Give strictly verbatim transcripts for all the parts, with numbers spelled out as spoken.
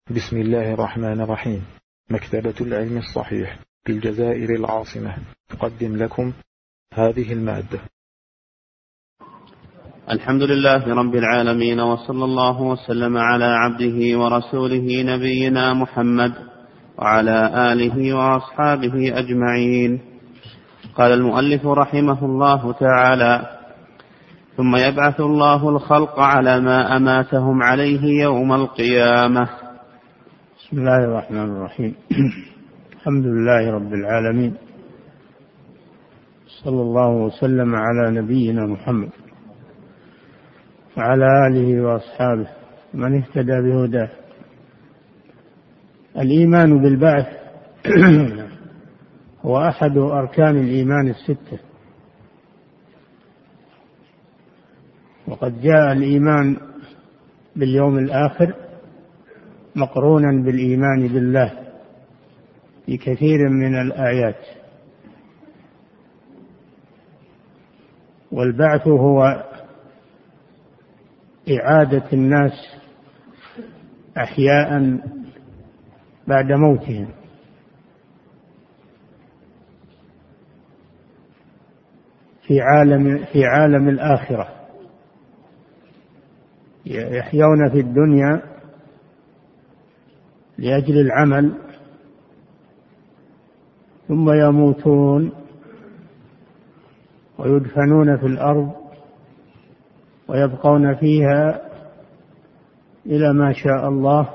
بسم الله الرحمن الرحيم. مكتبة العلم الصحيح في الجزائر العاصمة تقدم لكم هذه المادة. الحمد لله رب العالمين، وصلى الله وسلم على عبده ورسوله نبينا محمد وعلى آله وأصحابه أجمعين. قال المؤلف رحمه الله تعالى: ثم يبعث الله الخلق على ما أماتهم عليه يوم القيامة. بسم الله الرحمن الرحيم. الحمد لله رب العالمين، صلى الله وسلم على نبينا محمد وعلى آله وأصحابه من اهتدى بهداه. الإيمان بالبعث هو أحد أركان الإيمان الستة، وقد جاء الإيمان باليوم الآخر مقرونا بالإيمان بالله في كثير من الآيات. والبعث هو إعادة الناس أحياء بعد موتهم، في عالم في عالم الآخرة. يحيون في الدنيا لأجل العمل، ثم يموتون ويدفنون في الأرض ويبقون فيها إلى ما شاء الله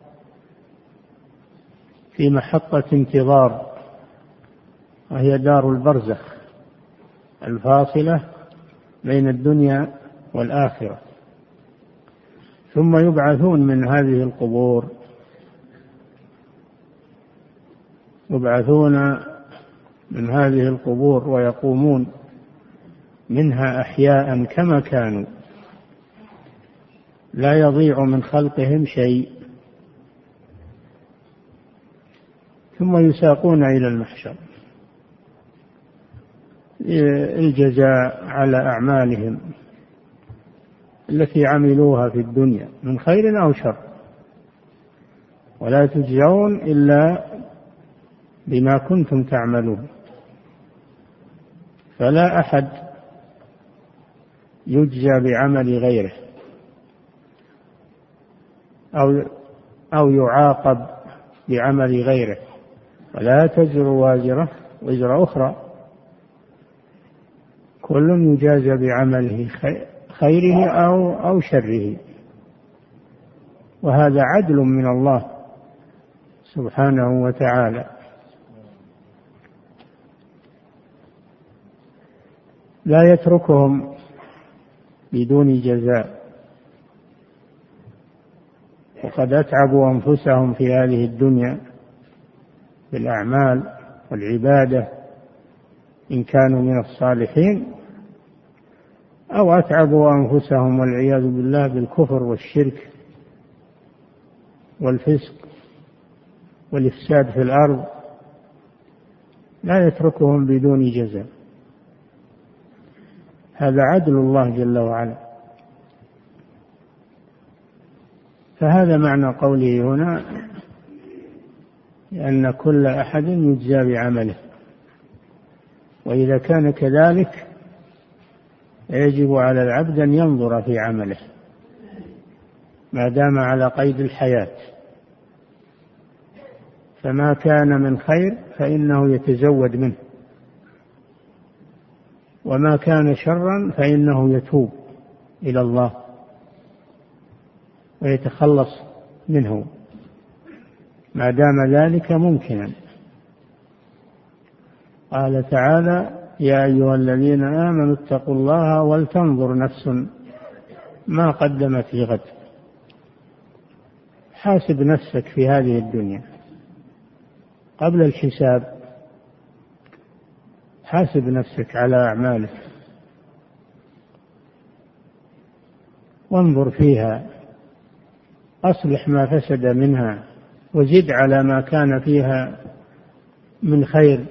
في محطة انتظار، وهي دار البرزخ الفاصلة بين الدنيا والآخرة. ثم يبعثون من هذه القبور، يبعثون من هذه القبور ويقومون منها أحياء كما كانوا، لا يضيع من خلقهم شيء. ثم يساقون إلى المحشر الجزاء على أعمالهم التي عملوها في الدنيا من خير أو شر، ولا تجزون إلا بما كنتم تعملون. فلا أحد يجزى بعمل غيره أو أو يعاقب بعمل غيره، ولا تزر وازرة وزر أخرى، كل يجازى بعمله خيره أو أو شره. وهذا عدل من الله سبحانه وتعالى. لا يتركهم بدون جزاء، وقد أتعبوا أنفسهم في هذه الدنيا بالأعمال والعبادة إن كانوا من الصالحين، أو أتعبوا أنفسهم والعياذ بالله بالكفر والشرك والفسق والإفساد في الأرض. لا يتركهم بدون جزاء، هذا عدل الله جل وعلا. فهذا معنى قوله هنا، لأن كل أحد يجزى بعمله. وإذا كان كذلك يجب على العبد أن ينظر في عمله ما دام على قيد الحياة، فما كان من خير فإنه يتزود منه، وما كان شرا فإنه يتوب إلى الله ويتخلص منه ما دام ذلك ممكنا. قال تعالى: يا أيها الذين آمنوا اتقوا الله ولتنظر نفس ما قدمت لغد. حاسب نفسك في هذه الدنيا قبل الحساب، حاسب نفسك على أعمالك وانظر فيها، أصلح ما فسد منها وزد على ما كان فيها من خير،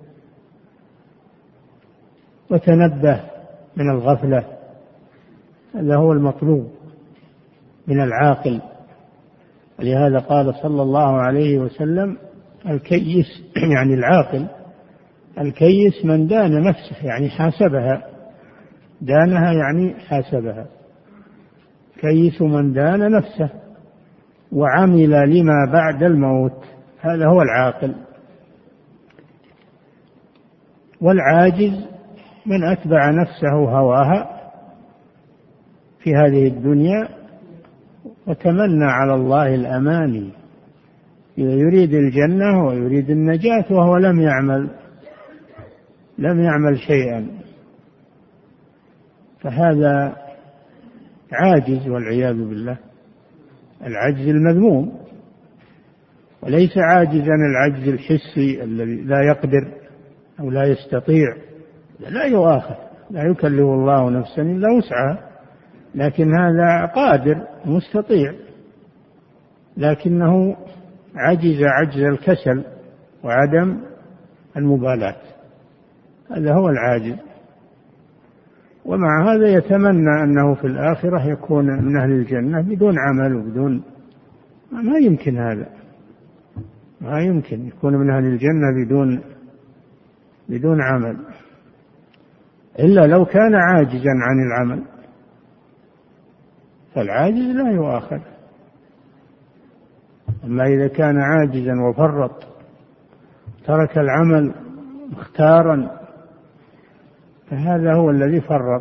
وتنبه من الغفلة. هذا هو المطلوب من العاقل، لهذا قال صلى الله عليه وسلم: الكيس يعني العاقل، الكيس من دان نفسه يعني حاسبها، دانها يعني حاسبها. كيس من دان نفسه وعمل لما بعد الموت، هذا هو العاقل. والعاجز من أتبع نفسه هواها في هذه الدنيا وتمنى على الله الأماني، يريد الجنة ويريد النجاة وهو لم يعمل لم يعمل شيئا، فهذا عاجز والعياذ بالله، العجز المذموم، وليس عاجزا العجز الحسي الذي لا يقدر أو لا يستطيع، لا يؤاخذ، لا يكلف الله نفسا إلا وسعها، لكن هذا قادر مستطيع، لكنه عجز عجز الكسل وعدم المبالاة، هذا هو العاجز. ومع هذا يتمنى أنه في الآخرة يكون من أهل الجنة بدون عمل وبدون، ما يمكن هذا، ما يمكن يكون من أهل الجنة بدون بدون عمل، إلا لو كان عاجزا عن العمل، فالعاجز لا يؤاخذ. أما إذا كان عاجزا وفرط ترك العمل مختارا، فهذا هو الذي فرط،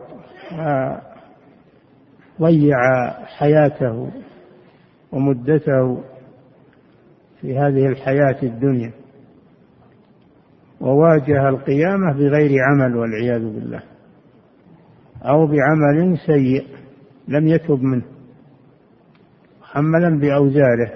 ضيع حياته ومدته في هذه الحياة الدنيا، وواجه القيامة بغير عمل والعياذ بالله، أو بعمل سيء لم يتب منه محملا بأوزاره.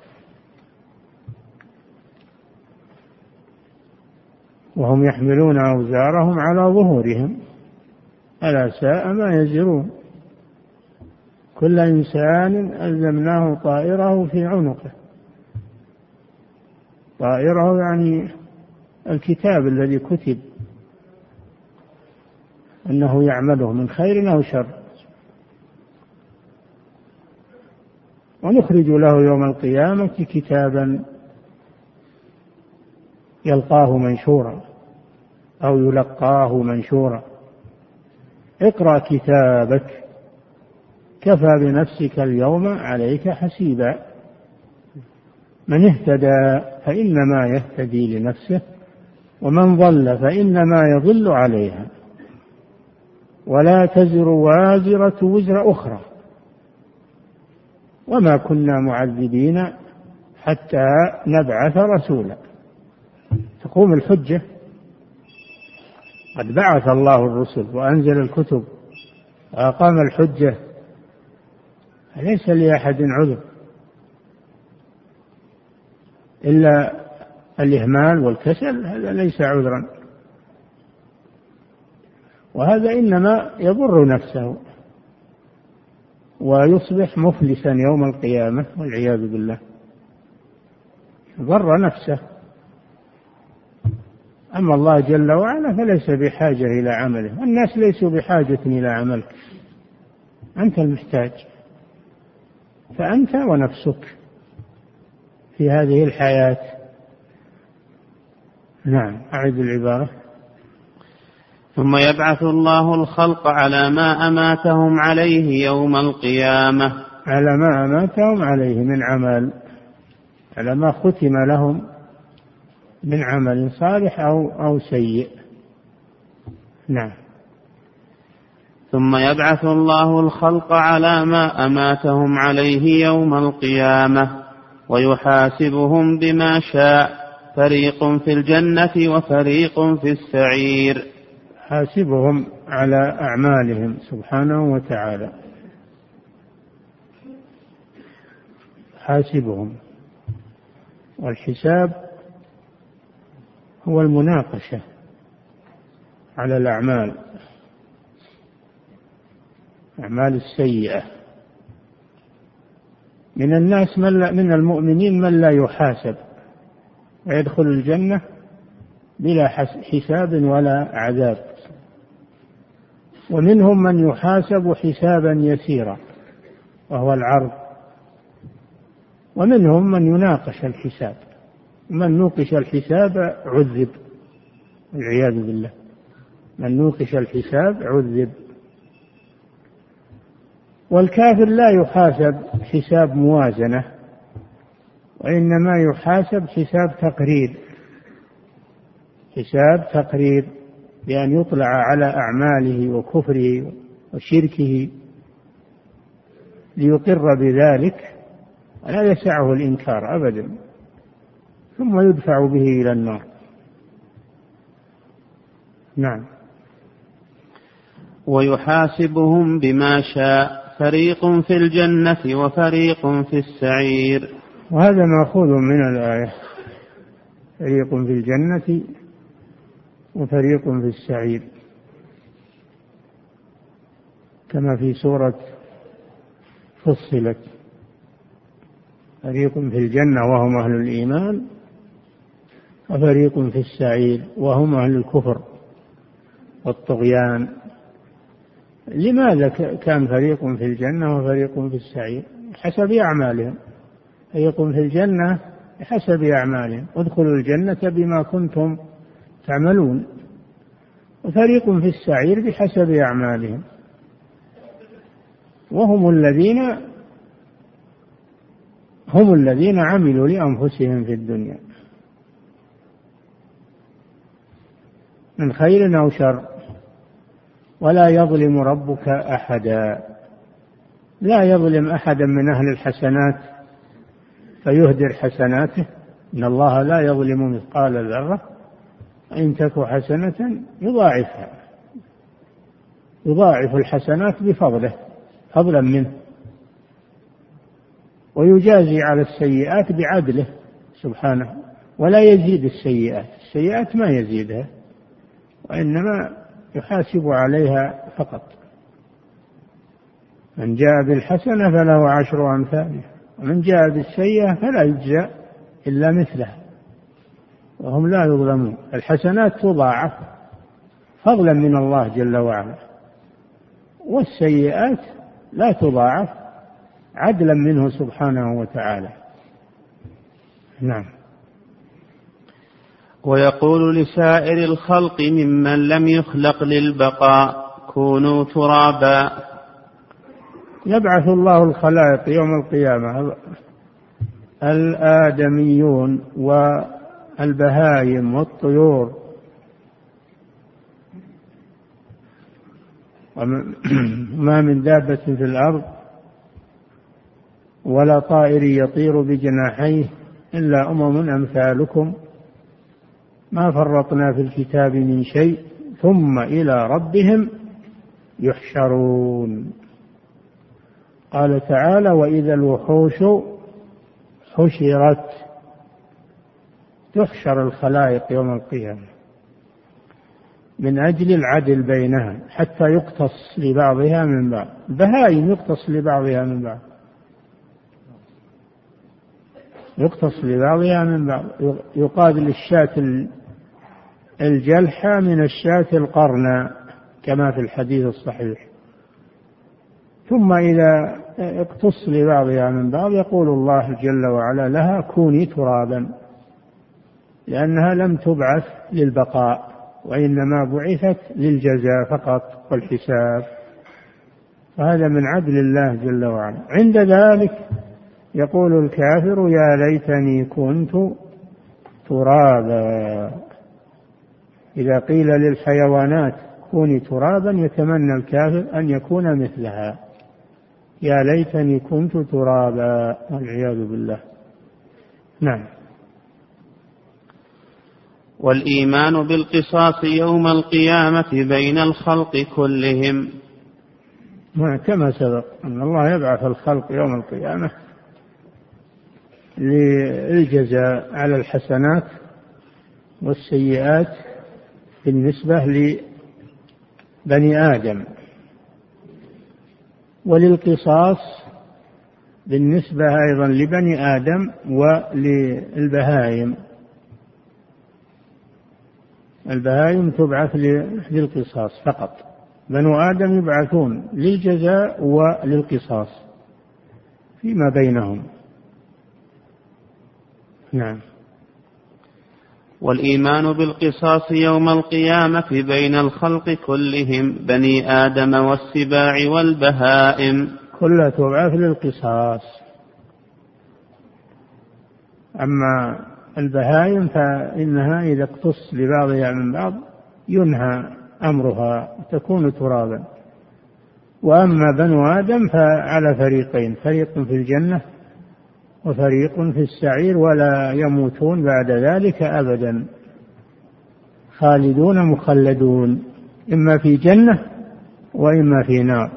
وهم يحملون أوزارهم على ظهورهم ألا ساء ما يزرون. كل إنسان ألزمناه طائره في عنقه، طائره يعني الكتاب الذي كتب أنه يعمله من خير أو شر، ونخرج له يوم القيامة كتابا يلقاه منشورا أو يلقاه منشورا: اقرأ كتابك كفى بنفسك اليوم عليك حسيبا. من اهتدى فإنما يهتدي لنفسه، ومن ضل فإنما يضل عليها، ولا تزر وازرة وزر أخرى، وما كنا معذبين حتى نبعث رسولا. تقوم الحجة، قد بعث الله الرسل وأنزل الكتب وأقام الحجة، ليس لأحد عذر إلا الإهمال والكسل، هذا ليس عذرا، وهذا إنما يضر نفسه ويصبح مفلسا يوم القيامة والعياذ بالله، ضر نفسه. أما الله جل وعلا فليس بحاجة إلى عمله، الناس ليسوا بحاجة إلى عملك، أنت المحتاج، فأنت ونفسك في هذه الحياة. نعم، أعد العبارة. ثم يبعث الله الخلق على ما أماتهم عليه يوم القيامة، على ما أماتهم عليه من عمل، على ما ختم لهم من عمل صالح أو, أو سيء. نعم. ثم يبعث الله الخلق على ما أماتهم عليه يوم القيامة ويحاسبهم بما شاء، فريق في الجنة وفريق في السعير. حاسبهم على أعمالهم سبحانه وتعالى، حاسبهم، والحساب هو المناقشة على الأعمال، أعمال السيئة. من الناس من, لا من المؤمنين من لا يحاسب ويدخل الجنة بلا حساب ولا عذاب، ومنهم من يحاسب حسابا يسيرا وهو العرض، ومنهم من يناقش الحساب، من نوقش الحساب عذب والعياذ بالله، من نوقش الحساب عذب. والكافر لا يحاسب حساب موازنة، وإنما يحاسب حساب تقرير، حساب تقرير بأن يطلع على أعماله وكفره وشركه ليقر بذلك، لا يسعه الإنكار أبدا، ثم يدفع به إلى النار. نعم. ويحاسبهم بما شاء، فريق في الجنة وفريق في السعير. وهذا مأخوذ من الآية، فريق في الجنة وفريق في السعير، كما في سورة فصلت، فريق في الجنة وهم أهل الإيمان، وفريق في السعير وهم أهل الكفر والطغيان. لماذا كان فريق في الجنة وفريق في السعير؟ حسب أعمالهم. فريق في الجنة بحسب أعمالهم، ادخلوا الجنة بما كنتم تعملون، وفريق في السعير بحسب أعمالهم، وهم الذين هم الذين عملوا لأنفسهم في الدنيا من خير أو شر، ولا يظلم ربك أحدا، لا يظلم أحدا من أهل الحسنات فيهدر حسناته، إن الله لا يظلم مثقال ذرة، إن تك حسنة يضاعفها، يضاعف الحسنات بفضله فضلا منه، ويجازي على السيئات بعدله سبحانه، ولا يزيد السيئات، السيئات ما يزيدها، وإنما يحاسب عليها فقط. من جاء بالحسنة فله عشر أمثالها، ومن جاء بالسيئة فلا يجزى إلا مثلها، وهم لا يظلمون. الحسنات تضاعف فضلا من الله جل وعلا، والسيئات لا تضاعف عدلا منه سبحانه وتعالى. نعم. ويقول لسائر الخلق ممن لم يخلق للبقاء كونوا ترابا. يبعث الله الخلائق يوم القيامة، الآدميون والبهائم والطيور وما من دابة في الأرض ولا طائر يطير بجناحيه إلا أمم أمثالكم ما فرطنا في الكتاب من شيء ثم إلى ربهم يحشرون. قال تعالى: وإذا الوحوش حشرت. تحشر الخلائق يوم القيامة من أجل العدل بينها حتى يقتص لبعضها من بعض. البهائم يقتص لبعضها من بعض، يقتص لبعضها من بعض، يقاد للشاة الجلحة من الشاة القرنى كما في الحديث الصحيح. ثم إذا اقتص لبعضها من بعض يقول الله جل وعلا لها: كوني ترابا، لأنها لم تبعث للبقاء وإنما بعثت للجزاء فقط والحساب. وهذا من عدل الله جل وعلا. عند ذلك يقول الكافر: يا ليتني كنت ترابا. إذا قيل للحيوانات كوني ترابا يتمنى الكافر أن يكون مثلها. يا ليتني كنت ترابا، والعياذ بالله. نعم. والإيمان بالقصاص يوم القيامة بين الخلق كلهم، كما سبق أن الله يبعث الخلق يوم القيامة للجزاء على الحسنات والسيئات بالنسبة لبني آدم، وللقصاص بالنسبة أيضا لبني آدم وللبهائم. البهائم تبعث للقصاص فقط، بنو آدم يبعثون للجزاء وللقصاص فيما بينهم. نعم. والإيمان بالقصاص يوم القيامة بين الخلق كلهم بني آدم والسباع والبهائم كلها تبعث للقصاص. أما البهائم فإنها إذا اقتص لبعضها من بعض ينهى أمرها تكون ترابا. وأما بنو آدم فعلى فريقين، فريق في الجنة وفريق في السعير، ولا يموتون بعد ذلك أبدا، خالدون مخلدون، إما في جنة وإما في نار.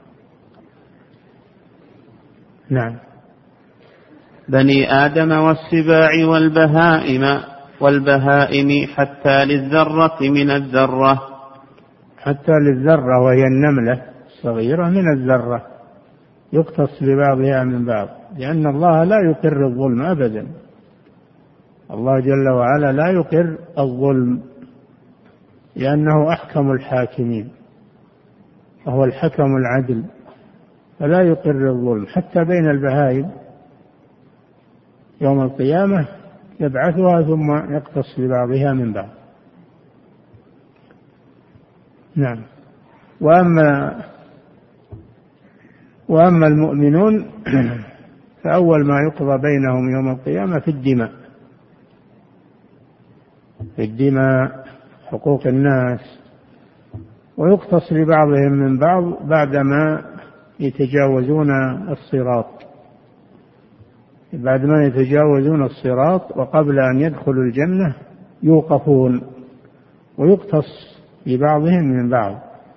نعم. بني آدم والسباع والبهائم والبهائم حتى للذرة من الذرة، حتى للذرة وهي النملة الصغيرة من الذرة يقتص ببعضها من بعض، لأن الله لا يقر الظلم أبدا. الله جل وعلا لا يقر الظلم لأنه أحكم الحاكمين وهو الحكم العدل، فلا يقر الظلم. حتى بين البهائم يوم القيامة يبعثها ثم يقتص ببعضها من بعض. نعم. وأما وأما المؤمنون فأول ما يقضى بينهم يوم القيامة في الدماء، في الدماء حقوق الناس، ويقتص لبعضهم من بعض بعدما يتجاوزون الصراط، بعد ما يتجاوزون الصراط وقبل أن يدخلوا الجنة يوقفون ويقتص لبعضهم من بعض.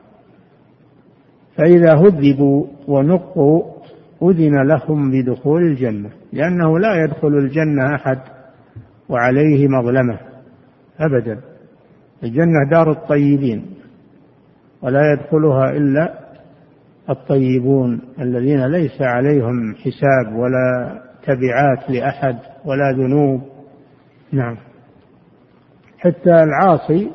فإذا هذبوا ونقوا أذن لهم بدخول الجنة، لأنه لا يدخل الجنة أحد وعليه مظلمة أبدا. الجنة دار الطيبين ولا يدخلها إلا الطيبون الذين ليس عليهم حساب ولا تبعات لأحد ولا ذنوب. نعم. حتى العاصي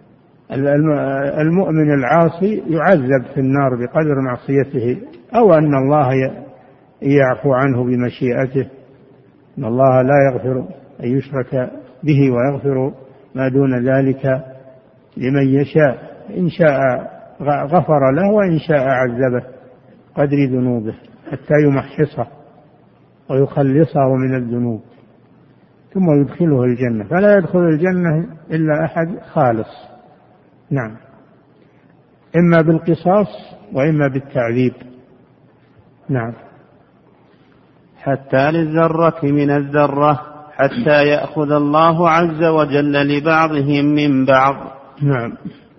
المؤمن العاصي يعذب في النار بقدر معصيته، أو أن الله يعفو عنه بمشيئته، إن الله لا يغفر أن يشرك به ويغفر ما دون ذلك لمن يشاء، إن شاء غفر له وإن شاء عذبه قدر ذنوبه حتى يمحصه ويخلصه من الذنوب ثم يدخله الجنة. فلا يدخل الجنة إلا أحد خالص. نعم. إما بالقصاص وإما بالتعذيب. نعم. حتى للذرة من الذرة حتى يأخذ الله عز وجل لبعضهم من بعض. نعم.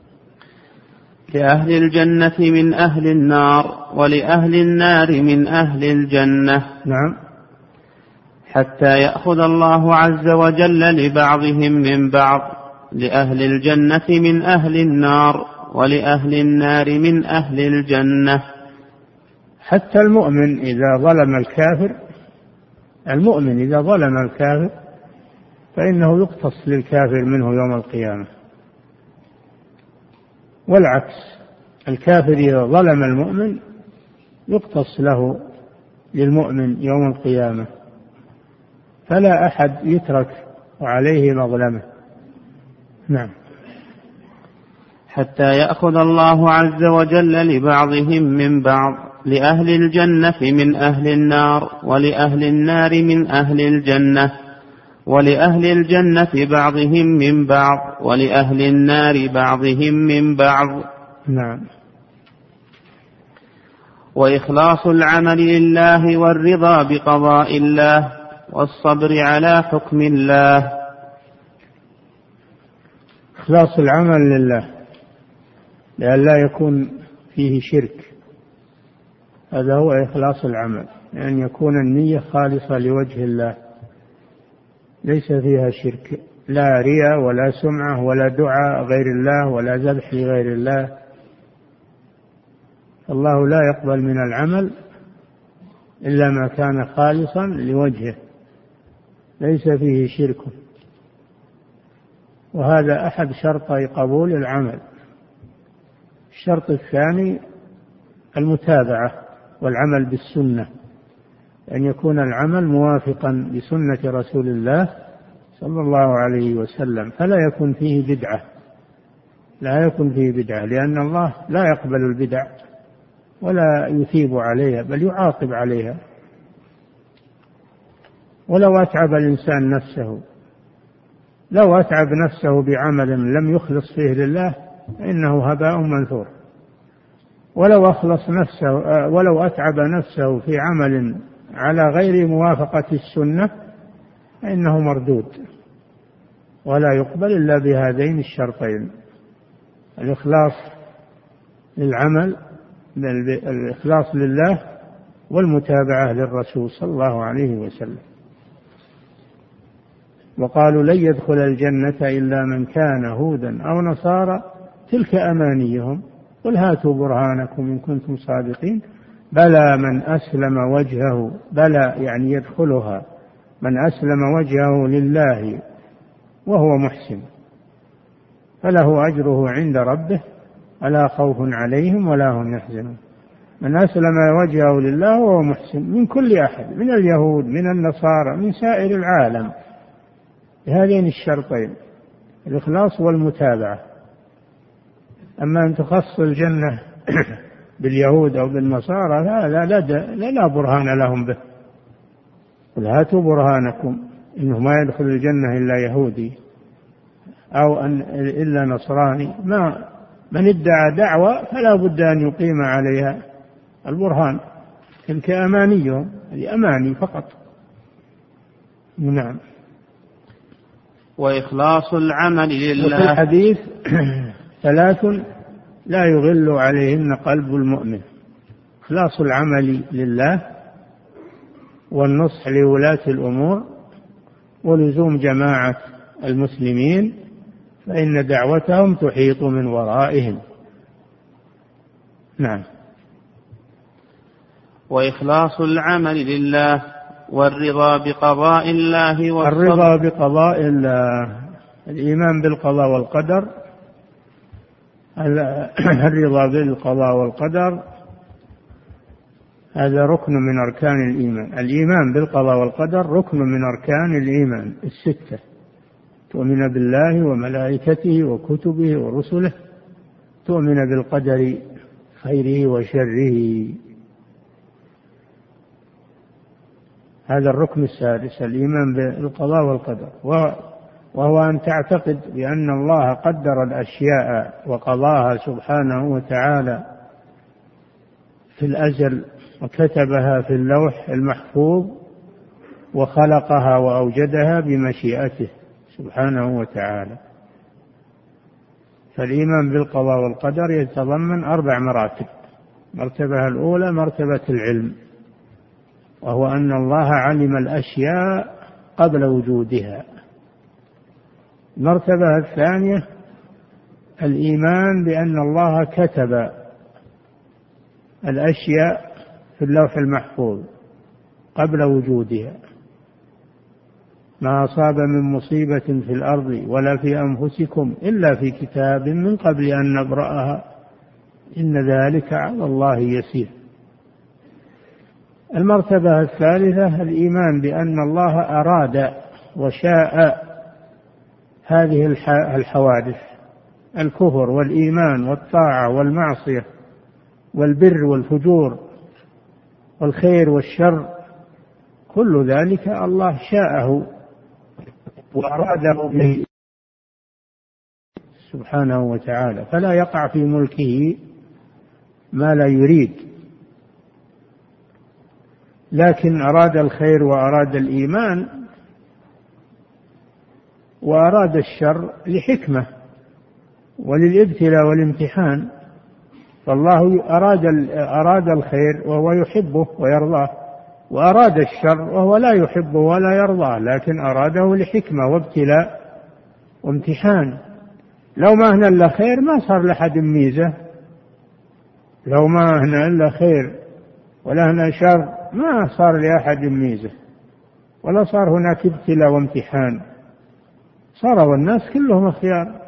لأهل الجنة من أهل النار ولأهل النار من أهل الجنة. نعم. حتى يأخذ الله عز وجل لبعضهم من بعض، لأهل الجنة من أهل النار ولأهل النار من أهل الجنة. حتى المؤمن إذا ظلم الكافر، المؤمن إذا ظلم الكافر فإنه يقتص للكافر منه يوم القيامة، والعكس، الكافر إذا ظلم المؤمن يقتص له للمؤمن يوم القيامة، فلا أحد يترك وعليه مظلمة. نعم. حتى يأخذ الله عز وجل لبعضهم من بعض، لأهل الجنة من أهل النار ولأهل النار من أهل الجنة، ولأهل الجنة بعضهم من بعض ولأهل النار بعضهم من بعض. نعم. وإخلاص العمل لله والرضا بقضاء الله والصبر على حكم الله. إخلاص العمل لله لئلا يكون فيه شرك، هذا هو إخلاص العمل، أن يكون النية خالصة لوجه الله ليس فيها شرك، لا رياء ولا سمعة ولا دعاء غير الله ولا ذبح لغير الله. الله لا يقبل من العمل إلا ما كان خالصا لوجهه ليس فيه شرك، وهذا أحد شرطي قبول العمل. الشرط الثاني المتابعة والعمل بالسنة، أن يكون العمل موافقا لسنة رسول الله صلى الله عليه وسلم، فلا يكون فيه بدعة، لا يكون فيه بدعة، لأن الله لا يقبل البدع ولا يثيب عليها بل يعاقب عليها. ولو أتعب الإنسان نفسه لو أتعب نفسه بعمل لم يخلص فيه لله إنه هباء منثور، ولو أخلص نفسه ولو أتعب نفسه في عمل على غير موافقة السنة فإنه مردود ولا يقبل إلا بهذين الشرطين: الإخلاص للعمل، الإخلاص لله، والمتابعة للرسول صلى الله عليه وسلم. وقالوا لن يدخل الجنة إلا من كان هودا أو نصارى تلك أمانيهم قل هاتوا برهانكم إن كنتم صادقين بلى من أسلم وجهه، بلى يعني يدخلها من أسلم وجهه لله وهو محسن فله أجره عند ربه ولا خوف عليهم ولا هم يحزنون. من أسلم وجهه لله وهو محسن من كل أحد، من اليهود من النصارى من سائر العالم، بهذين الشرطين: الإخلاص والمتابعة. أما أن تخص الجنة باليهود أو بالنصارى لا لا لا, لا, لا برهان لهم به. قل هاتوا برهانكم إنه ما يدخل الجنة إلا يهودي أو أن إلا نصراني، ما من ادعى دعوة فلا بد أن يقيم عليها البرهان، تلك أمانيهم، هذه أماني فقط. نعم. وإخلاص العمل لله. وفي الحديث ثلاث لا يغل عليهن قلب المؤمن: إخلاص العمل لله، والنصح لولاة الأمور، ولزوم جماعة المسلمين فإن دعوتهم تحيط من ورائهم. نعم. وإخلاص العمل لله، والرضا بقضاء الله والصبر. الرضا بقضاء الله، الإيمان بالقضاء والقدر، الرضا بالقضاء والقدر هذا ركن من أركان الإيمان. الإيمان بالقضاء والقدر ركن من أركان الإيمان الستة: تؤمن بالله وملائكته وكتبه ورسله، تؤمن بالقدر خيره وشره. هذا الركن السادس، الإيمان بالقضاء والقدر، وهو أن تعتقد بأن الله قدر الأشياء وقضاها سبحانه وتعالى في الأزل وكتبها في اللوح المحفوظ وخلقها وأوجدها بمشيئته سبحانه وتعالى. فالإيمان بالقضاء والقدر يتضمن أربع مراتب: مرتبة الأولى مرتبة العلم، وهو أن الله علم الأشياء قبل وجودها. المرتبة الثانية الإيمان بأن الله كتب الأشياء في اللوح المحفوظ قبل وجودها: ما أصاب من مصيبة في الأرض ولا في أنفسكم إلا في كتاب من قبل أن نبرأها إن ذلك على الله يسير. المرتبة الثالثة الإيمان بأن الله أراد وشاء هذه الحوادث: الكفر والإيمان والطاعة والمعصية والبر والفجور والخير والشر، كل ذلك الله شاءه وأراده به سبحانه وتعالى، فلا يقع في ملكه ما لا يريد. لكن أراد الخير وأراد الإيمان وأراد الشر لحكمة وللابتلاء والامتحان. فالله أراد أراد الخير وهو يحبه ويرضاه، وأراد الشر وهو لا يحبه ولا يرضاه، لكن أراده لحكمة وابتلاء وامتحان. لو ما هنا إلا خير ما صار لحد ميزة، لو ما هنا إلا خير ولا هنا شر ما صار لأحد ميزة، ولا صار هناك ابتلاء وامتحان، صاروا الناس كلهم أخيار.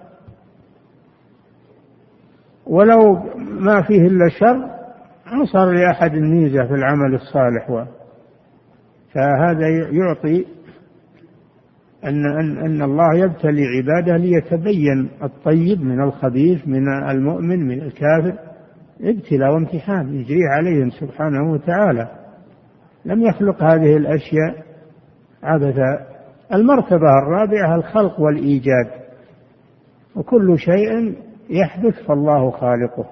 ولو ما فيه إلا شر ما صار لأحد ميزة في العمل الصالح فهذا يعطي أن, أن, أن الله يبتلي عباده ليتبين الطيب من الخبيث، من المؤمن من الكافر، ابتلاء وامتحان يجريه عليهم سبحانه وتعالى. لم يخلق هذه الأشياء عبثا. المرتبة الرابعة الخلق والإيجاد، وكل شيء يحدث فالله خالقه،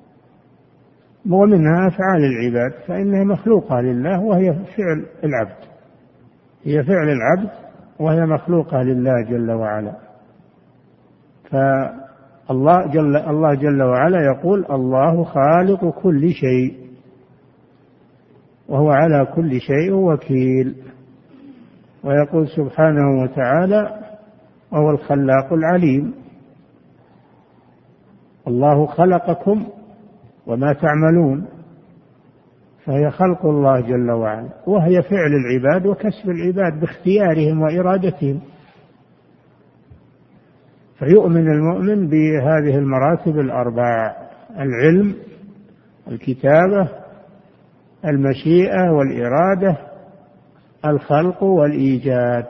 ومنها أفعال العباد فإنها مخلوقة لله وهي فعل العبد، هي فعل العبد وهي مخلوقة لله جل وعلا. فالله جل, الله جل وعلا يقول الله خالق كل شيء وهو على كل شيء وكيل. ويقول سبحانه وتعالى وهو الخلاق العليم. الله خلقكم وما تعملون، فهي خلق الله جل وعلا، وهي فعل العباد وكسب العباد باختيارهم وإرادتهم. فيؤمن المؤمن بهذه المراتب الأربع: العلم، الكتابة، المشيئة والإرادة، الخلق والإيجاد.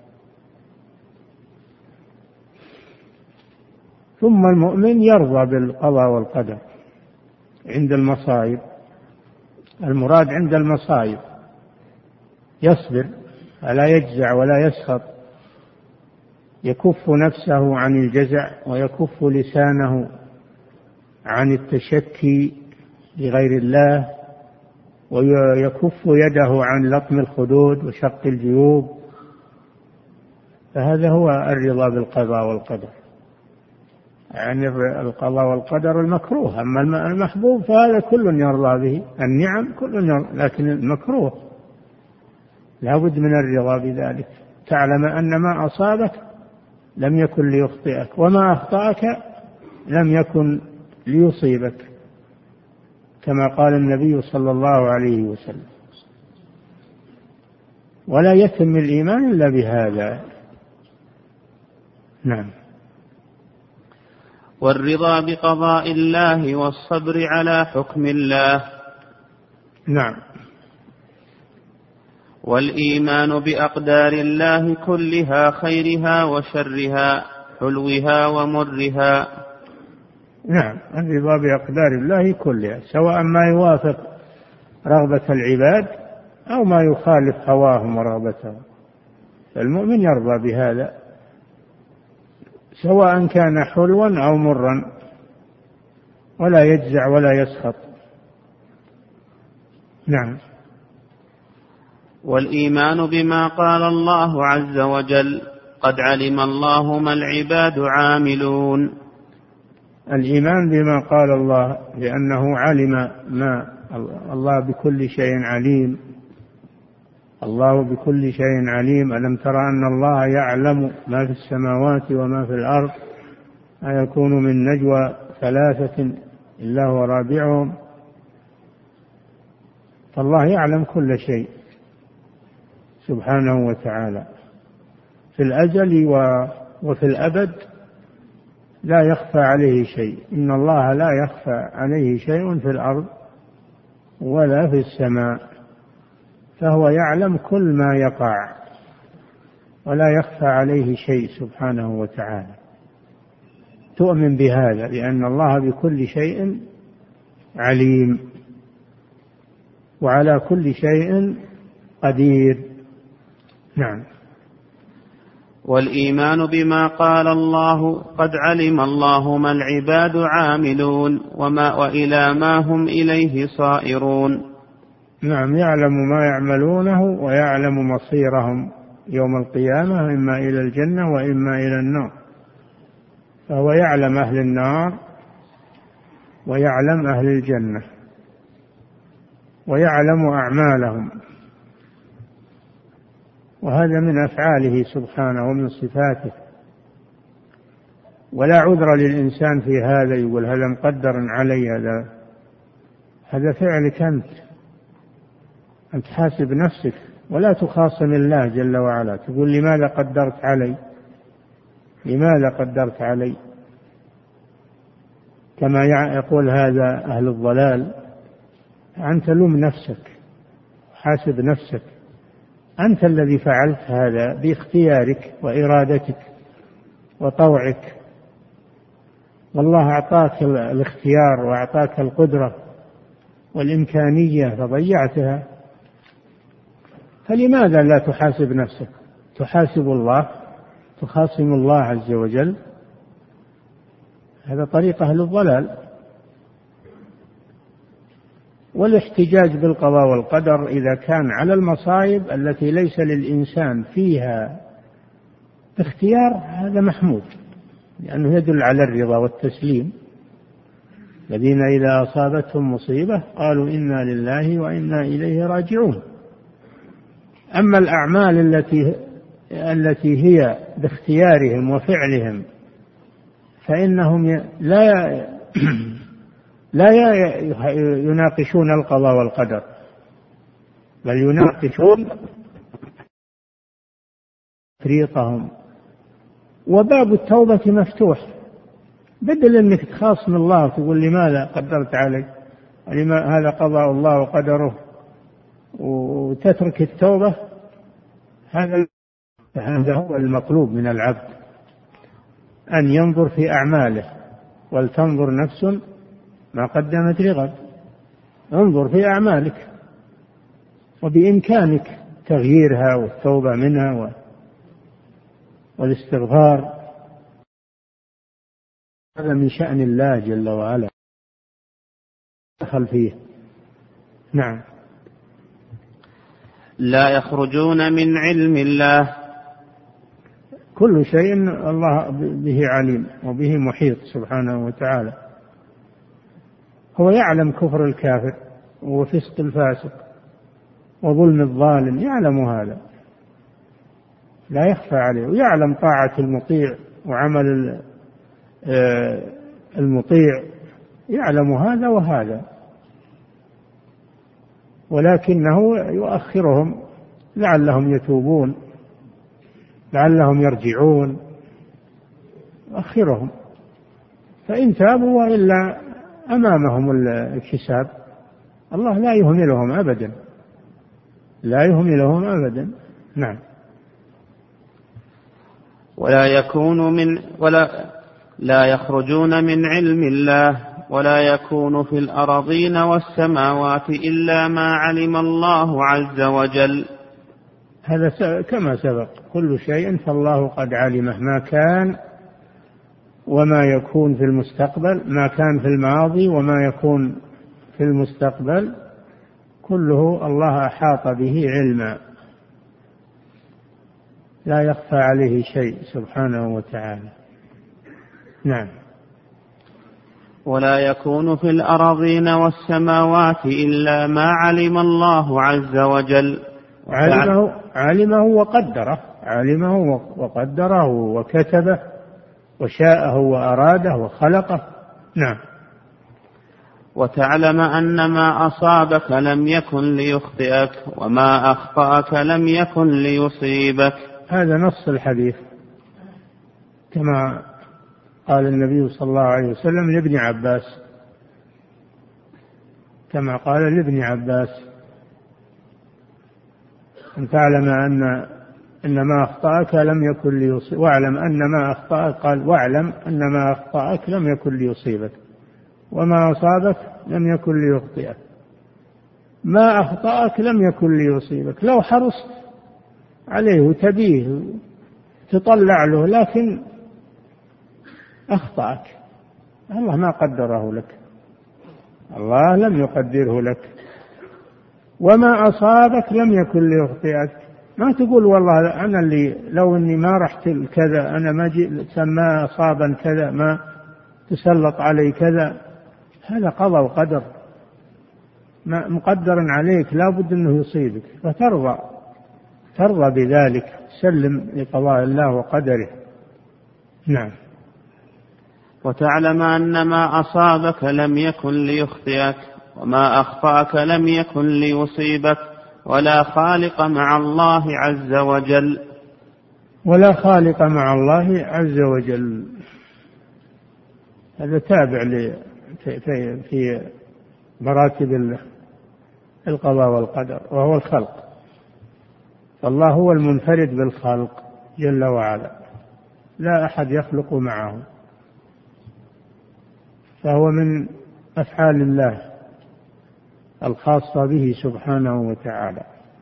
ثم المؤمن يرضى بالقضاء والقدر عند المصائب. المراد عند المصائب يصبر فلا يجزع ولا يسخط، يكف نفسه عن الجزع ويكف لسانه عن التشكي لغير الله، ويكف يده عن لطم الخدود وشق الجيوب. فهذا هو الرضا بالقضاء والقدر، يعني القضاء والقدر المكروه. أما المحبوب فهذا كل يرضى به، النعم كل يرضى، لكن المكروه لا بد من الرضا بذلك. تعلم أن ما أصابك لم يكن ليخطئك، وما أخطأك لم يكن ليصيبك، كما قال النبي صلى الله عليه وسلم. ولا يتم الإيمان إلا بهذا. نعم. والرضا بقضاء الله والصبر على حكم الله. نعم. والإيمان بأقدار الله كلها، خيرها وشرها، حلوها ومرها. نعم، الرضا بأقدار الله كلها، سواء ما يوافق رغبة العباد أو ما يخالف هواهم ورغبتهم، فالمؤمن يرضى بهذا سواء كان حلوا أو مرا، ولا يجزع ولا يسخط. نعم. والإيمان بما قال الله عز وجل قد علم الله ما العباد عاملون. الإيمان بما قال الله لأنه علم ما الله بكل شيء عليم. الله بكل شيء عليم. ألم ترى أن الله يعلم ما في السماوات وما في الأرض، ما يكون من نجوى ثلاثة إلا هو رابعهم. فالله يعلم كل شيء سبحانه وتعالى في الأزل وفي الأبد، لا يخفى عليه شيء. إن الله لا يخفى عليه شيء في الأرض ولا في السماء، فهو يعلم كل ما يقع ولا يخفى عليه شيء سبحانه وتعالى. تؤمن بهذا لأن الله بكل شيء عليم وعلى كل شيء قدير. نعم. والإيمان بما قال الله قد علم الله ما العباد عاملون وما وإلى ما هم إليه صائرون. نعم، يعلم ما يعملونه ويعلم مصيرهم يوم القيامة، إما إلى الجنة وإما إلى النار. فهو يعلم أهل النار ويعلم أهل الجنة ويعلم أعمالهم، وهذا من أفعاله سبحانه ومن صفاته. ولا عذر للإنسان في هذا، يقول هذا مقدر علي، هذا هذا فعلك أنت. أنت حاسب نفسك ولا تخاصم الله جل وعلا، تقول لماذا قدرت علي، لماذا قدرت علي، كما يقول هذا أهل الضلال. أنت لوم نفسك، حاسب نفسك، أنت الذي فعلت هذا باختيارك وإرادتك وطوعك، والله أعطاك الاختيار وأعطاك القدرة والإمكانية فضيعتها، فلماذا لا تحاسب نفسك؟ تحاسب الله، تخاصم الله عز وجل. هذا طريق أهل الضلال. والاحتجاج بالقضاء والقدر إذا كان على المصائب التي ليس للإنسان فيها اختيار هذا محمود، لأنه يدل على الرضا والتسليم. الذين إذا أصابتهم مصيبة قالوا إنا لله وإنا إليه راجعون. أما الأعمال التي التي هي باختيارهم وفعلهم فإنهم لا لا يناقشون القضاء والقدر، بل يناقشون تفريطهم. وباب التوبة مفتوح، بدل أنك تخاصم الله وتقول لماذا قدرت علي، هذا قضاء الله وقدره، وتترك التوبة، هذا هذا هو المطلوب من العبد، أن ينظر في أعماله ولتنظر نفس ما قدمت لغد. انظر في أعمالك وبإمكانك تغييرها والتوبة منها والاستغفار، هذا من شأن الله جل وعلا دخل فيه. نعم. لا يخرجون من علم الله. كل شيء الله به عليم وبه محيط سبحانه وتعالى. هو يعلم كفر الكافر وفسق الفاسق وظلم الظالم، يعلم هذا لا يخفى عليه، ويعلم طاعة المطيع وعمل المطيع، يعلم هذا وهذا، ولكنه يؤخرهم لعلهم يتوبون، لعلهم يرجعون، يؤخرهم. فإن تابوا وإلا أمامهم الحساب، الله لا يهملهم أبدا، لا يهملهم أبدا. نعم. ولا يكون من ولا لا يخرجون من علم الله ولا يكون في الأراضين والسماوات إلا ما علم الله عز وجل. هذا كما سبق، كل شيء فالله قد علمه، ما كان وما يكون في المستقبل، ما كان في الماضي وما يكون في المستقبل، كله الله أحاط به علما، لا يخفى عليه شيء سبحانه وتعالى. نعم. ولا يكون في الأراضين والسماوات إلا ما علم الله عز وجل. علمه, علمه وقدره، علمه وقدره وكتبه وشاءه وأراده وخلقه. نعم. وتعلم أن ما أصابك لم يكن ليخطئك وما أخطأك لم يكن ليصيبك. هذا نص الحديث كما قال النبي صلى الله عليه وسلم لابن عباس، كما قال لابن عباس: أن تعلم أن إن ما أخطأك لم يكن ليصيبك، واعلم أن ما أخطأك، قال واعلم أن ما أخطأك لم يكن ليصيبك وما أصابك لم يكن ليخطئك. ما أخطأك لم يكن ليصيبك، لو حرصت عليه وتبيه تطلع له، لكن أخطأك، الله ما قدره لك، الله لم يقدره لك. وما أصابك لم يكن ليخطئك، ما تقول والله أنا اللي لو أني ما رحت كذا، أنا ما جئت ما أصابا كذا، ما تسلط علي كذا. هذا قضاء وقدر مقدر عليك، لا بد أنه يصيبك، فترضى ترضى بذلك، سلم لقضاء الله وقدره. نعم. وتعلم أن ما أصابك لم يكن ليخطئك وما أخطأك لم يكن ليصيبك، ولا خالق مع الله عز وجل. ولا خالق مع الله عز وجل، هذا تابع في مراتب القضاء والقدر، وهو الخلق. فالله هو المنفرد بالخلق جل وعلا، لا أحد يخلق معه، فهو من أفعال الله الخاصة به سبحانه وتعالى.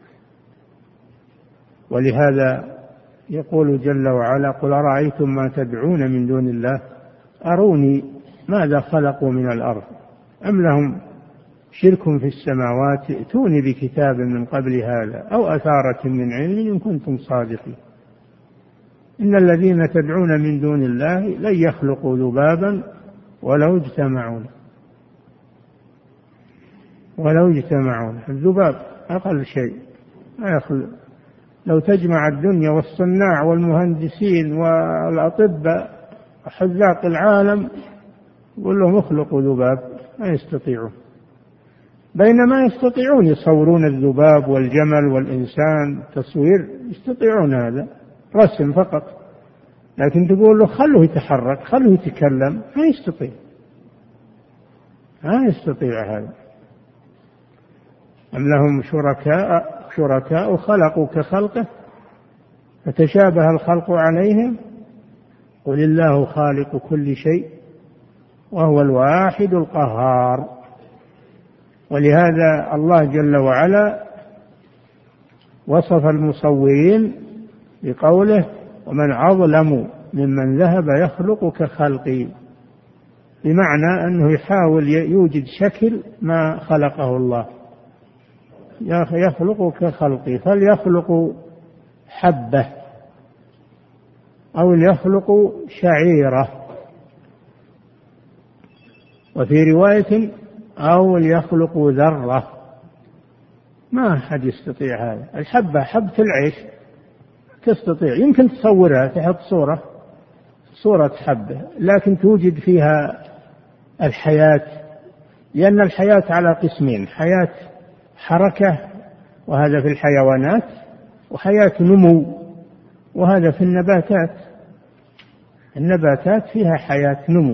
ولهذا يقول جل وعلا: قل أرأيتم ما تدعون من دون الله أروني ماذا خلقوا من الأرض أم لهم شرك في السماوات ائتوني بكتاب من قبل هذا أو أثارة من علم إن كنتم صادقين. إن الذين تدعون من دون الله لن يخلقوا ذبابا ولو اجتمعوا ولو اجتمعوا الذباب أقل شيء ما يخلق. لو تجمع الدنيا والصناع والمهندسين والأطباء وحذاق العالم يقول لهم اخلقوا ذباب ما يستطيعون، بينما يستطيعون يصورون الذباب والجمل والإنسان تصوير، يستطيعون هذا رسم فقط، لكن تقول له خلوه يتحرك خلوه يتكلم ما يستطيع ما يستطيع هذا. أم لهم شركاء شركاء خلقوا كخلقه فتشابه الخلق عليهم قل الله خالق كل شيء وهو الواحد القهار. ولهذا الله جل وعلا وصف المصورين بقوله: ومن أظلم ممن ذهب يخلق كخلقي، بمعنى أنه يحاول يوجد شكل ما خلقه الله، يخلق كخلقي، فليخلق حبة أو ليخلق شعيرة، وفي رواية أو ليخلق ذرة. ما أحد يستطيع هذا. الحبة حبة العيش تستطيع، يمكن تصورها تحط صورة صورة حبة، لكن توجد فيها الحياة، لأن الحياة على قسمين: حياة حركة وهذا في الحيوانات، وحياة نمو وهذا في النباتات. النباتات فيها حياة نمو،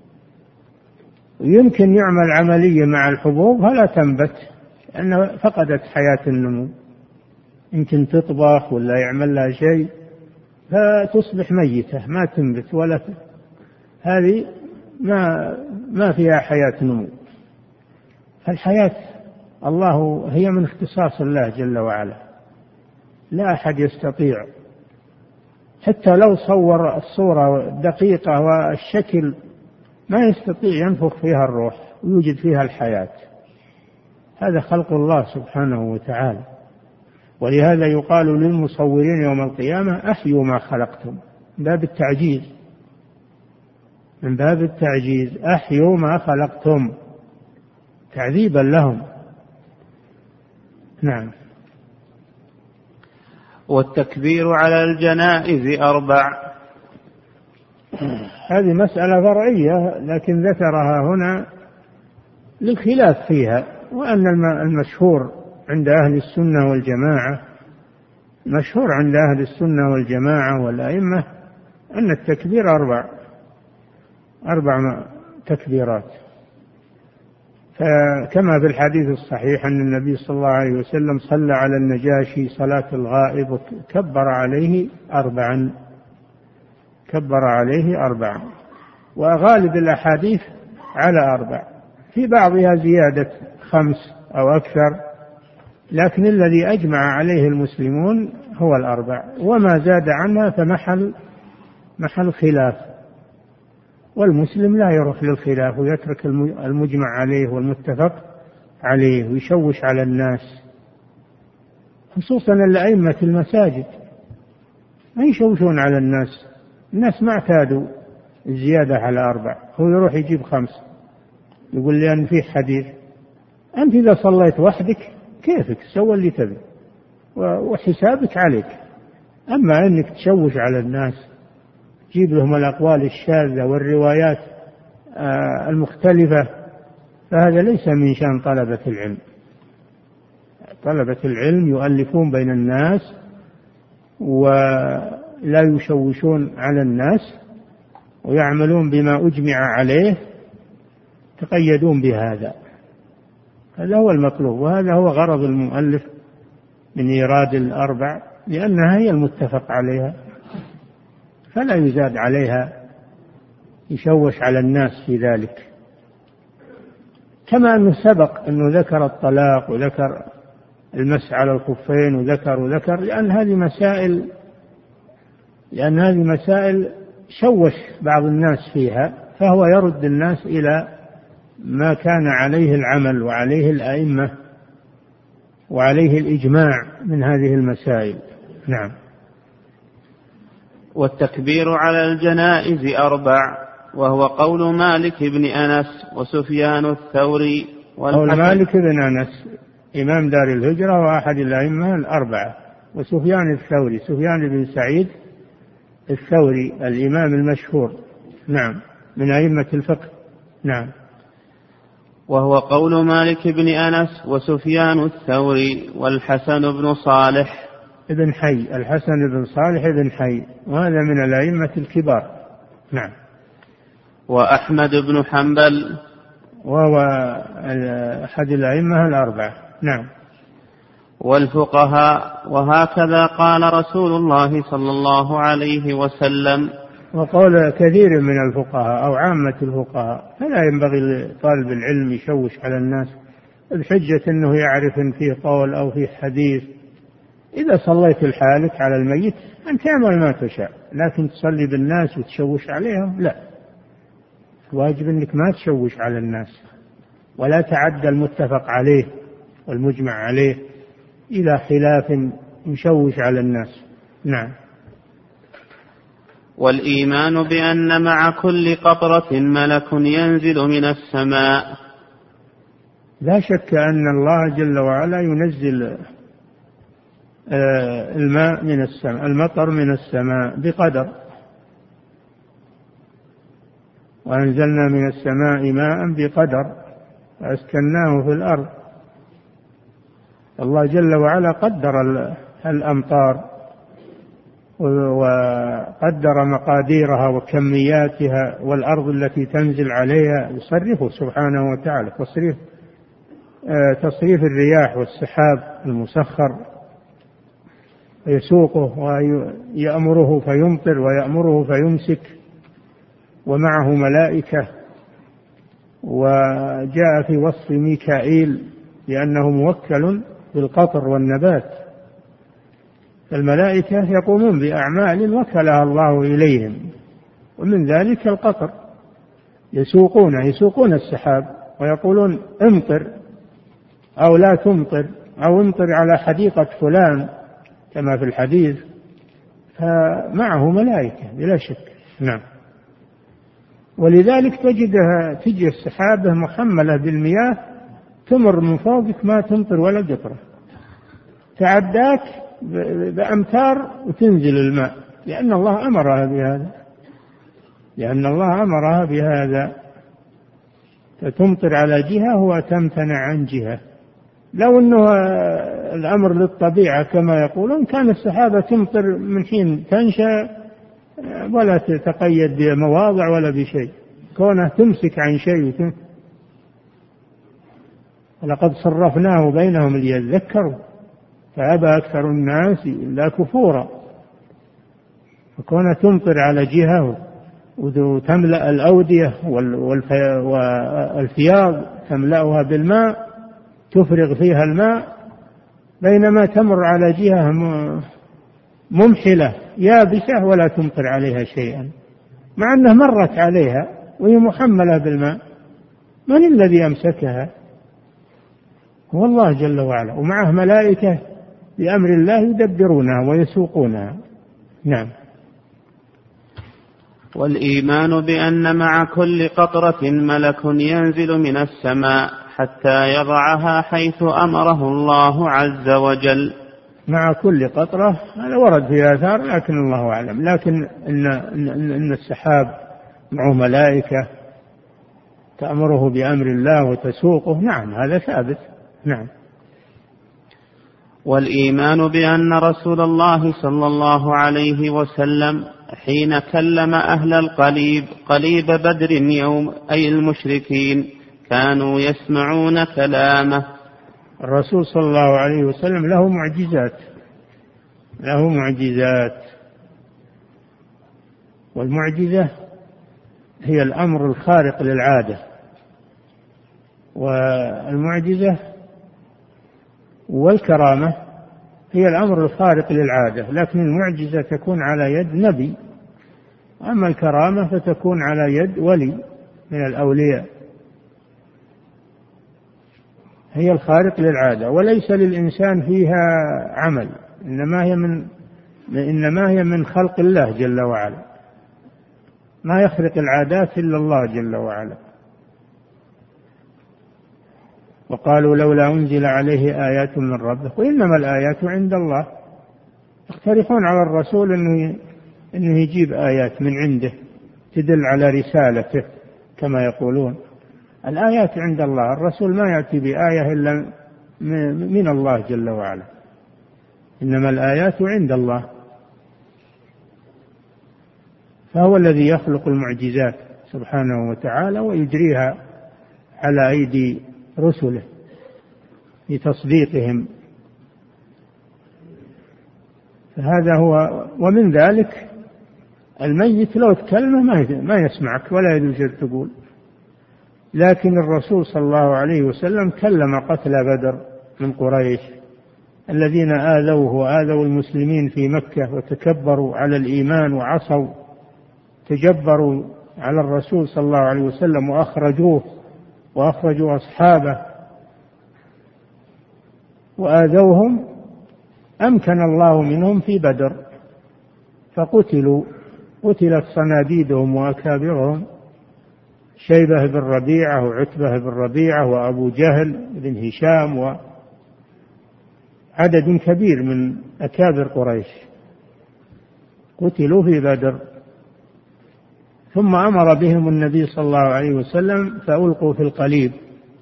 ويمكن يعمل عملية مع الحبوب فلا تنبت لأنها فقدت حياة النمو، يمكن تطبخ ولا يعمل لها شيء فتصبح ميتة ما تنبت ولا ت... هذه ما ما فيها حياة نمو. فالحياة الله هي من اختصاص الله جل وعلا، لا أحد يستطيع، حتى لو صور الصورة دقيقة والشكل ما يستطيع ينفخ فيها الروح ويوجد فيها الحياة. هذا خلق الله سبحانه وتعالى. ولهذا يقال للمصورين يوم القيامة: أحيوا ما خلقتم، من باب التعجيز، من باب التعجيز أحيوا ما خلقتم، تعذيبا لهم. نعم. والتكبير على الجنائز أربع. هذه مسألة فرعية لكن ذكرها هنا للخلاف فيها، وأن المشهور عند أهل السنة والجماعة مشهور عند أهل السنة والجماعة والأئمة أن التكبير أربع أربع تكبيرات، كما في الحديث الصحيح أن النبي صلى الله عليه وسلم صلى على النجاشي صلاة الغائب وكبر عليه أربعا كبر عليه أربعا وغالب الأحاديث على أربع، في بعضها زيادة خمس أو أكثر، لكن الذي أجمع عليه المسلمون هو الأربع، وما زاد عنها فمحل محل خلاف، والمسلم لا يروح للخلاف ويترك المجمع عليه والمتفق عليه ويشوش على الناس، خصوصا الأئمة المساجد ما يشوشون على الناس. الناس ما اعتادوا الزيادة على أربع، هو يروح يجيب خمس يقول لي أن فيه حديث. أنت إذا صليت وحدك كيفك سوى اللي تبي وحسابك عليك، أما أنك تشوش على الناس جيب لهم الأقوال الشاذة والروايات المختلفة فهذا ليس من شأن طلبة العلم. طلبة العلم يؤلفون بين الناس ولا يشوشون على الناس ويعملون بما أجمع عليه، تقيدون بهذا، هذا هو المطلوب، وهذا هو غرض المؤلف من إيراد الأربع لأنها هي المتفق عليها، فلا يزاد عليها يشوش على الناس في ذلك. كما أنه سبق أنه ذكر الطلاق وذكر المسح على الخفين وذكر وذكر لأن هذه مسائل لأن هذه مسائل شوش بعض الناس فيها، فهو يرد الناس إلى ما كان عليه العمل وعليه الأئمة وعليه الإجماع من هذه المسائل. نعم. والتكبير على الجنائز أربع، وهو قول مالك بن أنس وسفيان الثوري قول مالك بن أنس إمام دار الهجرة وأحد الأئمة الأربعة، وسفيان الثوري سفيان بن سعيد الثوري الإمام المشهور، نعم، من أئمة الفقه. نعم. وهو قول مالك بن أنس وسفيان الثوري والحسن بن صالح ابن حي الحسن بن صالح ابن حي، وهذا من الأئمة الكبار. نعم. وأحمد بن حنبل وهو أحد الأئمة الأربعة. نعم. والفقهاء، وهكذا قال رسول الله صلى الله عليه وسلم. وقول كثير من الفقهاء أو عامة الفقهاء، فلا ينبغي لطالب العلم يشوش على الناس بحجة أنه يعرف إن فيه قول أو فيه حديث. إذا صليت لحالك على الميت أن تعمل ما تشاء، لكن تصلي بالناس وتشوش عليهم لا، واجب أنك ما تشوش على الناس ولا تعدى المتفق عليه والمجمع عليه إلى خلاف يشوش على الناس. نعم. والإيمان بأن مع كل قطرة ملك ينزل من السماء. لا شك أن الله جل وعلا ينزل الماء من السماء، المطر من السماء بقدر، وأنزلنا من السماء ماء بقدر فأسكناه في الأرض. الله جل وعلا قدر الأمطار وقدر مقاديرها وكمياتها، والأرض التي تنزل عليها يصرفه سبحانه وتعالى تصريف تصريف الرياح والسحاب المسخر، يسوقه ويأمره فيمطر ويأمره فيمسك، ومعه ملائكة. وجاء في وصف ميكائيل لأنه موكل بالقطر والنبات، الملائكة يقومون بأعمال وكلها الله إليهم، ومن ذلك القطر، يسوقون يسوقون السحاب ويقولون امطر أو لا تمطر، أو امطر على حديقة فلان كما في الحديث، فمعه ملائكة بلا شك. نعم. ولذلك تجدها تجي السحابة محملة بالمياه تمر من فوقك ما تمطر ولا قطرة، تعداك بأمتار وتنزل الماء، لأن الله أمرها بهذا لأن الله أمرها بهذا فتمطر على جهة وتمتنع عن جهة. لو أنه الأمر للطبيعة كما يقولون كان السحابة تمطر من حين تنشأ ولا تتقيد بمواضع ولا بشيء، كونها تمسك عن شيء. ولقد صرفناه بينهم ليذكروا فأبى أكثر الناس إلا كفورا. وكونها تمطر على جهة وتملأ الأودية والفياض تملأها بالماء تفرغ فيها الماء، بينما تمر على جهة ممحلة يابسة ولا تمطر عليها شيئا، مع أنها مرت عليها وهي محملة بالماء. من الذي أمسكها؟ هو الله جل وعلا، ومعه ملائكة بأمر الله يدبرونها ويسوقونها. نعم. والإيمان بأن مع كل قطرة ملك ينزل من السماء حتى يضعها حيث أمره الله عز وجل. مع كل قطرة هذا ورد في آثار لكن الله أعلم، لكن إن, إن, إن السحاب معه ملائكة تأمره بأمر الله وتسوقه، نعم هذا ثابت. نعم. والإيمان بأن رسول الله صلى الله عليه وسلم حين كلم أهل القليب قليب بدر يوم أي المشركين كانوا يسمعون كلامه. الرسول صلى الله عليه وسلم له معجزات، له معجزات، والمعجزة هي الأمر الخارق للعادة، والمعجزة والكرامة هي الأمر الخارق للعادة، لكن المعجزة تكون على يد نبي، أما الكرامة فتكون على يد ولي من الأولياء، هي الخارق للعادة، وليس للإنسان فيها عمل، إنما هي من إنما هي من خلق الله جل وعلا، ما يخرق العادات إلا الله جل وعلا. وقالوا لولا أنزل عليه آيات من ربه، وإنما الآيات عند الله. يقترحون على الرسول إنه إنه يجيب آيات من عنده تدل على رسالته كما يقولون. الآيات عند الله، الرسول ما يأتي بآية إلا من الله جل وعلا، إنما الآيات عند الله، فهو الذي يخلق المعجزات سبحانه وتعالى ويجريها على أيدي رسله لتصديقهم. فهذا هو. ومن ذلك الميت لو تكلم ما يسمعك ولا يجوز تقول، لكن الرسول صلى الله عليه وسلم كلم قتلى بدر من قريش الذين آذوه وآذوا المسلمين في مكة وتكبروا على الإيمان وعصوا، تجبروا على الرسول صلى الله عليه وسلم وأخرجوه وأخرجوا أصحابه وآذوهم، أمكن الله منهم في بدر فقتلوا، قتلت صناديدهم وأكابرهم، شيبة بن ربيعة وعتبة بن ربيعة وأبو جهل بن هشام وعدد كبير من أكابر قريش قتلوا في بدر. ثم أمر بهم النبي صلى الله عليه وسلم فألقوا في القليب،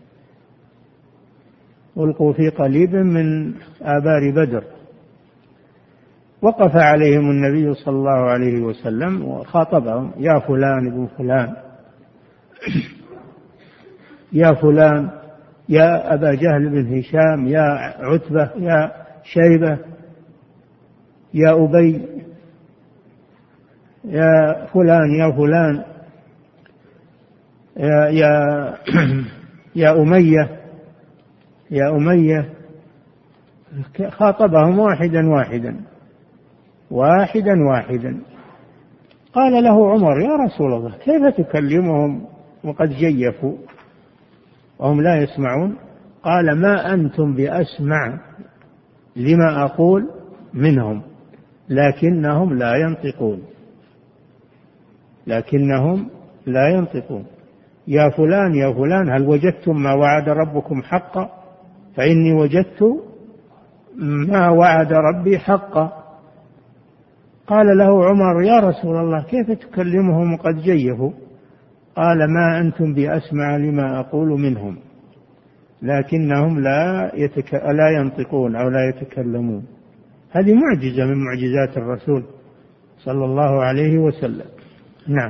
ألقوا في قليب من آبار بدر. وقف عليهم النبي صلى الله عليه وسلم وخاطبهم: يا فلان ابن فلان، يا فلان، يا أبا جهل بن هشام، يا عتبة، يا شيبة، يا أبي، يا فلان، يا فلان، يا يا يا أمية، يا أمية. خاطبهم واحدا واحدا واحدا واحدا. قال له عمر: يا رسول الله، كيف تكلمهم وقد جيفوا وهم لا يسمعون؟ قال: ما أنتم بأسمع لما أقول منهم، لكنهم لا ينطقون، لكنهم لا ينطقون. يا فلان، يا فلان، هل وجدتم ما وعد ربكم حقا؟ فإني وجدت ما وعد ربي حقا. قال له عمر: يا رسول الله، كيف تكلمهم وقد جيفوا؟ قال: ما أنتم بأسمع لما أقول منهم، لكنهم لا, يتك... لا ينطقون أو لا يتكلمون. هذه معجزة من معجزات الرسول صلى الله عليه وسلم. نعم.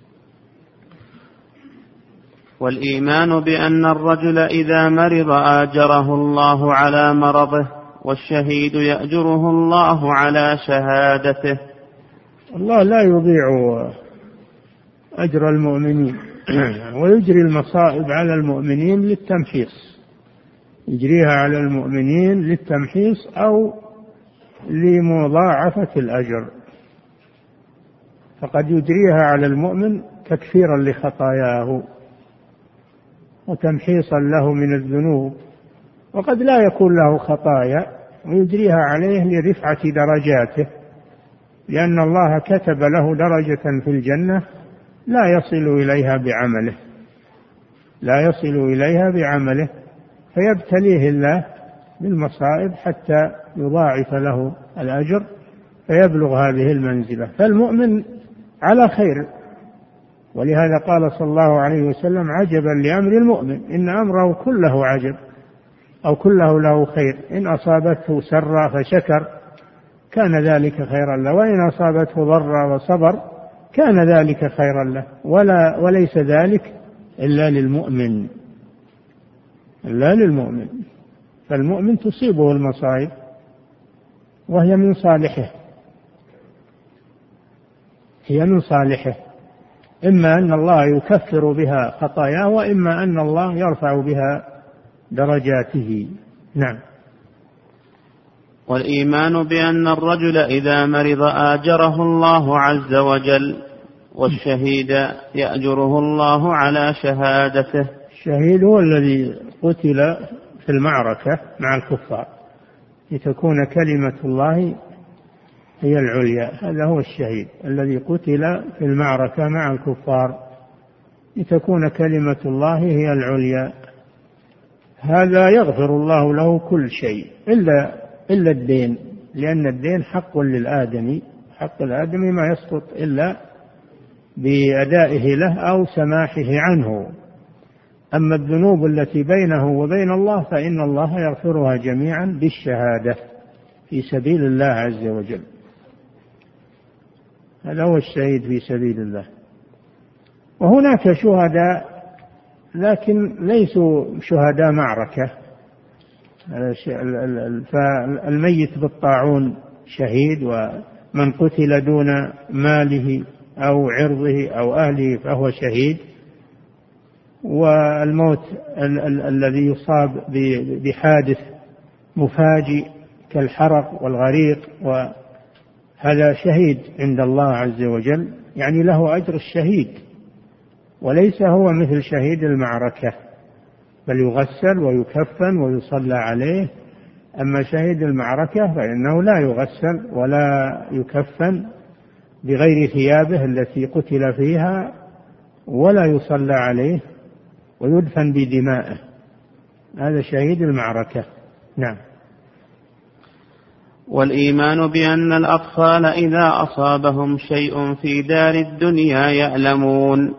والإيمان بأن الرجل إذا مرض آجره الله على مرضه، والشهيد يأجره الله على شهادته. الله لا يضيع أجر المؤمنين ويجري المصائب على المؤمنين للتمحيص، يجريها على المؤمنين للتمحيص أو لمضاعفة الأجر. فقد يجريها على المؤمن تكفيرا لخطاياه وتمحيصا له من الذنوب، وقد لا يكون له خطايا ويجريها عليه لرفعة درجاته، لأن الله كتب له درجة في الجنة لا يصل إليها بعمله، لا يصل إليها بعمله، فيبتليه الله بالمصائب حتى يضاعف له الأجر فيبلغ هذه المنزلة. فالمؤمن على خير، ولهذا قال صلى الله عليه وسلم: عجبا لأمر المؤمن، إن أمره كله عجب أو كله له خير، إن أصابته سرا فشكر كان ذلك خيرا له، وإن أصابته ضرا وصبر كان ذلك خيرا له، ولا وليس ذلك إلا للمؤمن، إلا للمؤمن. فالمؤمن تصيبه المصائب وهي من صالحه، هي من صالحه، إما أن الله يكفر بها خطاياه وإما أن الله يرفع بها درجاته. نعم. والإيمان بأن الرجل إذا مرض آجره الله عز وجل، والشهيد يأجره الله على شهادته. الشهيد هو الذي قتل في المعركة مع الكفار لتكون كلمة الله هي العليا، هذا هو الشهيد الذي قتل في المعركة مع الكفار لتكون كلمة الله هي العليا. هذا يغفر الله له كل شيء إلا إلا الدين، لأن الدين حق للآدمي، حق الآدمي ما يسقط إلا بأدائه له أو سماحه عنه. أما الذنوب التي بينه وبين الله فإن الله يغفرها جميعا بالشهادة في سبيل الله عز وجل. هذا هو الشهيد في سبيل الله. وهناك شهداء لكن ليسوا شهداء معركة، فالميت بالطاعون شهيد، ومن قتل دون ماله أو عرضه أو أهله فهو شهيد. والموت ال- ال- الذي يصاب بحادث مفاجئ كالحرق والغريق وهذا شهيد عند الله عز وجل، يعني له أجر الشهيد، وليس هو مثل شهيد المعركة، بل يغسل ويكفن ويصلى عليه. أما شهيد المعركة فإنه لا يغسل ولا يكفن بغير ثيابه التي قتل فيها، ولا يصلى عليه ويدفن بدمائه. هذا شهيد المعركة. نعم. والإيمان بأن الأطفال إذا أصابهم شيء في دار الدنيا يعلمون.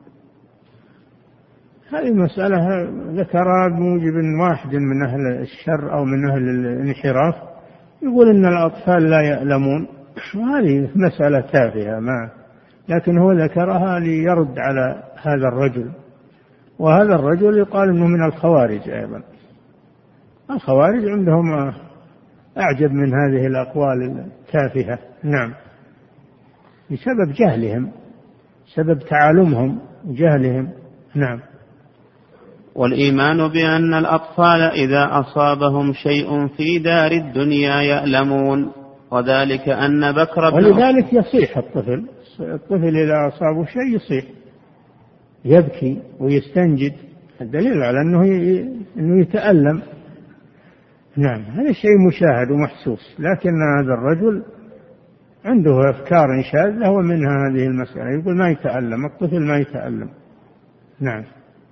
هذه مسألة ذكرها بموجب واحد من أهل الشر أو من أهل الانحراف، يقول إن الأطفال لا يعلمون، وهذه مسألة تافهة، ما لكن هو ذكرها ليرد على هذا الرجل، وهذا الرجل يقال إنه من الخوارج أيضا. الخوارج عندهم أعجب من هذه الأقوال التافهة. نعم. بسبب جهلهم، سبب تعالمهم وجهلهم. نعم. والإيمان بأن الأطفال إذا أصابهم شيء في دار الدنيا يعلمون، وذلك أن بكر بن ولذلك يصيح الطفل الطفل إذا أصابه شيء يصيح، يبكي ويستنجد، الدليل على أنه أنه يتألم. نعم. هذا شيء مشاهد ومحسوس، لكن هذا الرجل عنده أفكار شاذة ومنها هذه المسألة، يقول ما يتألم الطفل، ما يتألم. نعم.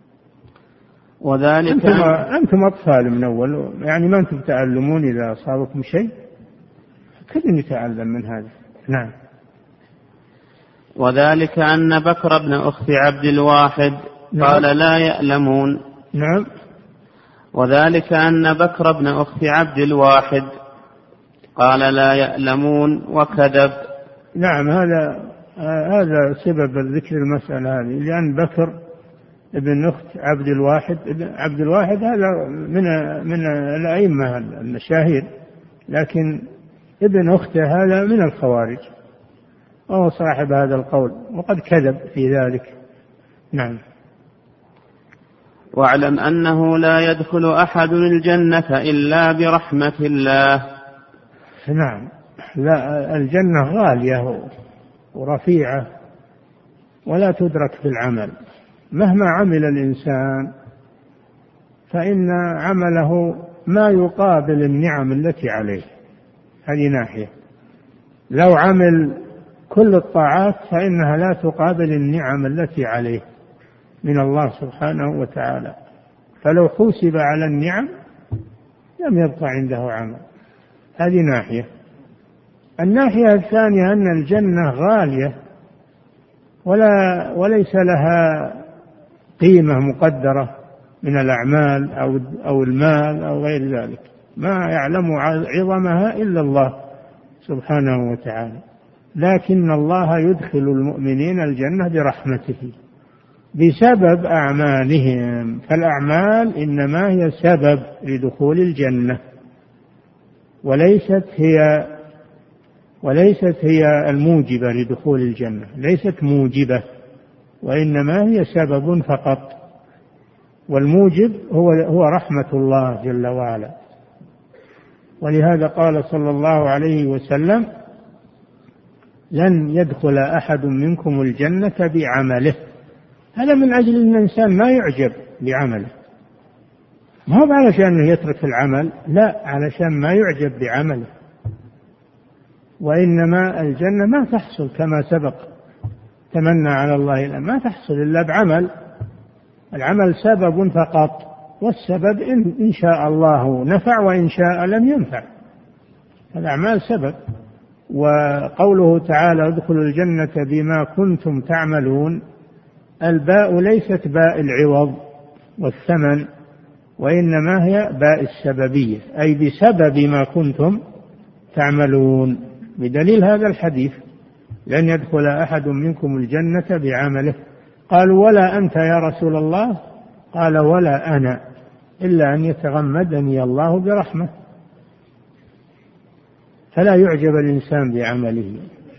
وذلك أنتم, أنتم أطفال من أول، يعني ما أنتم تتألمون إذا أصابكم شيء، كل يتعلم من هذا. نعم. وذلك أن بكر بن أخت عبد الواحد قال نعم. لا يعلمون. نعم. وذلك أن بكر بن أخت عبد الواحد قال لا يعلمون وكذب. نعم. هذا هذا سبب ذكر المسألة هذه، لأن بكر ابن أخت عبد الواحد، عبد الواحد هذا من من الأئمة المشاهير، لكن ابن أخته هذا من الخوارج، وهو صاحب هذا القول وقد كذب في ذلك. نعم. واعلم أنه لا يدخل أحد الجنة إلا برحمة الله. نعم. لا، الجنة غالية ورفيعة ولا تدرك في العمل، مهما عمل الإنسان فإن عمله ما يقابل النعم التي عليه. هذه ناحية. لو عمل كل الطاعات فإنها لا تقابل النعم التي عليه من الله سبحانه وتعالى، فلو حوسب على النعم لم يبقى عنده عمل. هذه ناحية. الناحية الثانية أن الجنة غالية ولا وليس لها قيمة مقدرة من الأعمال أو أو المال أو غير ذلك، ما يعلم عظمها إلا الله سبحانه وتعالى، لكن الله يدخل المؤمنين الجنة برحمته بسبب أعمالهم، فالأعمال إنما هي سبب لدخول الجنة. وليست هي وليست هي الموجبة لدخول الجنة، ليست موجبة، وإنما هي سبب فقط، والموجب هو هو رحمة الله جل وعلا. ولهذا قال صلى الله عليه وسلم: لن يدخل أحد منكم الجنة بعمله. هذا من أجل أن الإنسان ما يعجب بعمله، ما هو علشان يترك العمل، لا، علشان ما يعجب بعمله. وإنما الجنة ما تحصل كما سبق، تمنى على الله الآن، ما تحصل إلا بعمل. العمل سبب فقط، والسبب إن, إن شاء الله نفع وإن شاء لم ينفع. الأعمال سبب. وقوله تعالى: ادخلوا الجنة بما كنتم تعملون، الباء ليست باء العوض والثمن، وإنما هي باء السببية، أي بسبب ما كنتم تعملون. بدليل هذا الحديث: لن يدخل أحد منكم الجنة بعمله. قالوا: ولا أنت يا رسول الله؟ قال: ولا أنا، إلا أن يتغمدني الله برحمة. فلا يعجب الإنسان بعمله.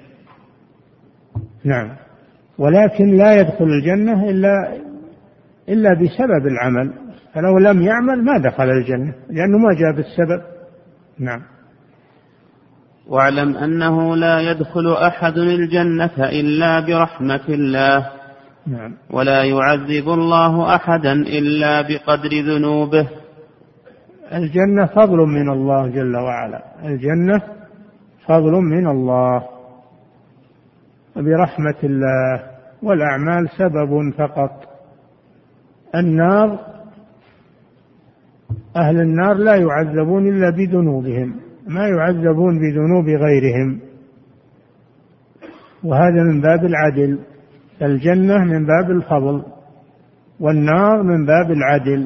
نعم. ولكن لا يدخل الجنة إلا إلا بسبب العمل، فلو لم يعمل ما دخل الجنة، لأنه ما جاء بالسبب. نعم. واعلم أنه لا يدخل أحد الجنة إلا برحمة الله. نعم. ولا يعذب الله أحدا إلا بقدر ذنوبه. الجنة فضل من الله جل وعلا، الجنة فضل من الله برحمة الله، والأعمال سبب فقط. النار، أهل النار لا يعذبون إلا بذنوبهم، ما يعذبون بذنوب غيرهم، وهذا من باب العدل. الجنة من باب الفضل، والنار من باب العدل.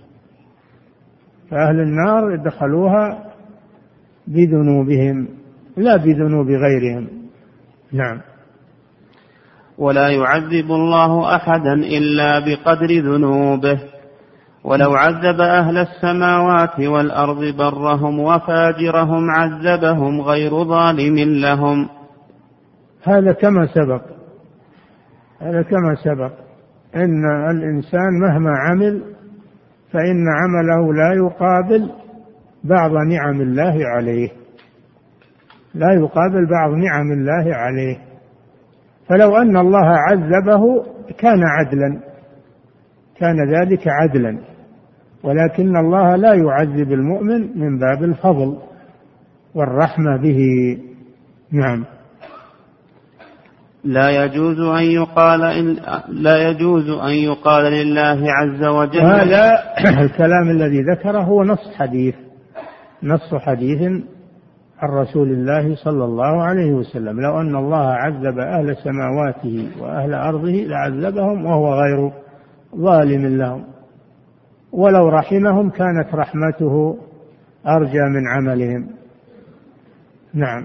فأهل النار دخلوها بذنوبهم لا بذنوب غيرهم. نعم. ولا يعذب الله أحدا إلا بقدر ذنوبه. ولو عذب أهل السماوات والأرض برهم وفاجرهم عذبهم غير ظالم لهم. هذا كما سبق هذا كما سبق إن الإنسان مهما عمل فإن عمله لا يقابل بعض نعم الله عليه، لا يقابل بعض نعم الله عليه. فلو أن الله عذبه كان عدلا، كان ذلك عدلا، ولكن الله لا يعذب المؤمن من باب الفضل والرحمة به. نعم. لا يجوز أن يقال إن لا يجوز أن يقال لله عز وجل. هذا الكلام الذي ذكره هو نص حديث نص حديث عن رسول الله صلى الله عليه وسلم: لو أن الله عذب أهل سماواته وأهل أرضه لعذبهم وهو غير ظالم لهم، ولو رحمهم كانت رحمته أرجى من عملهم. نعم.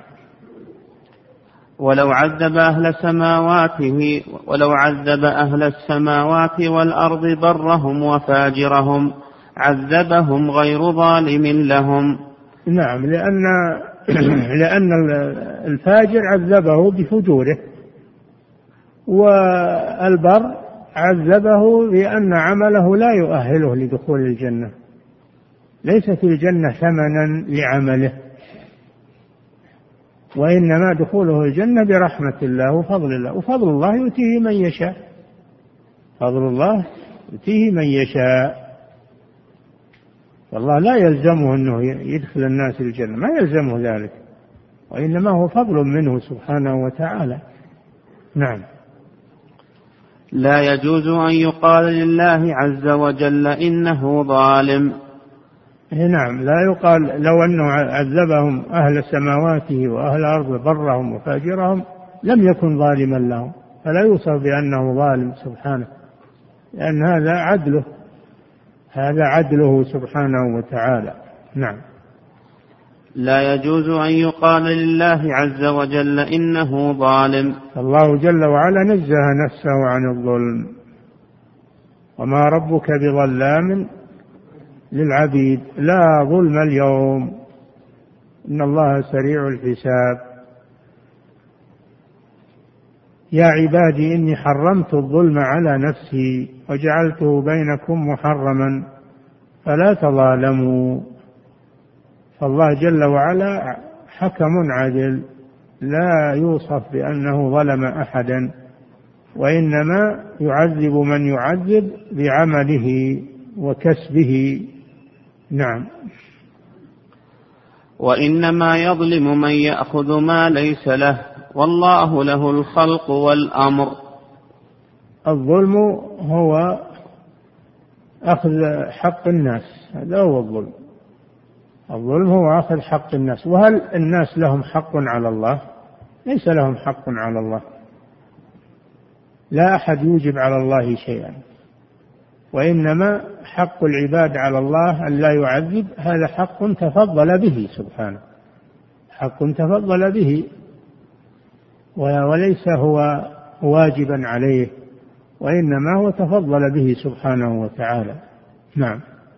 ولو عذب أهل سماواته ولو عذب أهل السماوات والأرض برهم وفاجرهم عذبهم غير ظالم لهم. نعم، لأن لأن الفاجر عذبه بفجوره، والبر عذبه لأن عمله لا يؤهله لدخول الجنة. ليس في الجنة ثمنا لعمله، وإنما دخوله الجنة برحمة الله وفضل الله، وفضل الله يؤتيه من يشاء، فضل الله يؤتيه من يشاء. والله لا يلزمه أنه يدخل الناس الجنة، ما يلزمه ذلك، وإنما هو فضل منه سبحانه وتعالى. نعم. لا يجوز أن يقال لله عز وجل إنه ظالم. نعم، لا يقال لو أنه عذبهم أهل سماواته وأهل أرضه برهم وفاجرهم لم يكن ظالما لهم، فلا يوصف بأنه ظالم سبحانه، لأن هذا عدله هذا عدله سبحانه وتعالى. نعم. لا يجوز أن يقال لله عز وجل إنه ظالم. الله جل وعلا نزه نفسه عن الظلم، وما ربك بظلام للعبيد، لا ظلم اليوم. إن الله سريع الحساب. يا عبادي إني حرمت الظلم على نفسي وجعلته بينكم محرما فلا تظالموا. فالله جل وعلا حكم عدل لا يوصف بأنه ظلم أحدا، وإنما يعذب من يعذب بعمله وكسبه. نعم. وإنما يظلم من يأخذ ما ليس له والله له الخلق والأمر. الظلم هو أخذ حق الناس، هذا هو الظلم. الظلم هو أخذ حق الناس. وهل الناس لهم حق على الله؟ ليس لهم حق على الله، لا أحد يوجب على الله شيئا، وإنما حق العباد على الله أن لا يعذب، هذا حق تفضل به سبحانه، حق تفضل به وليس هو واجبا عليه، وإنما هو تفضل به سبحانه وتعالى. نعم.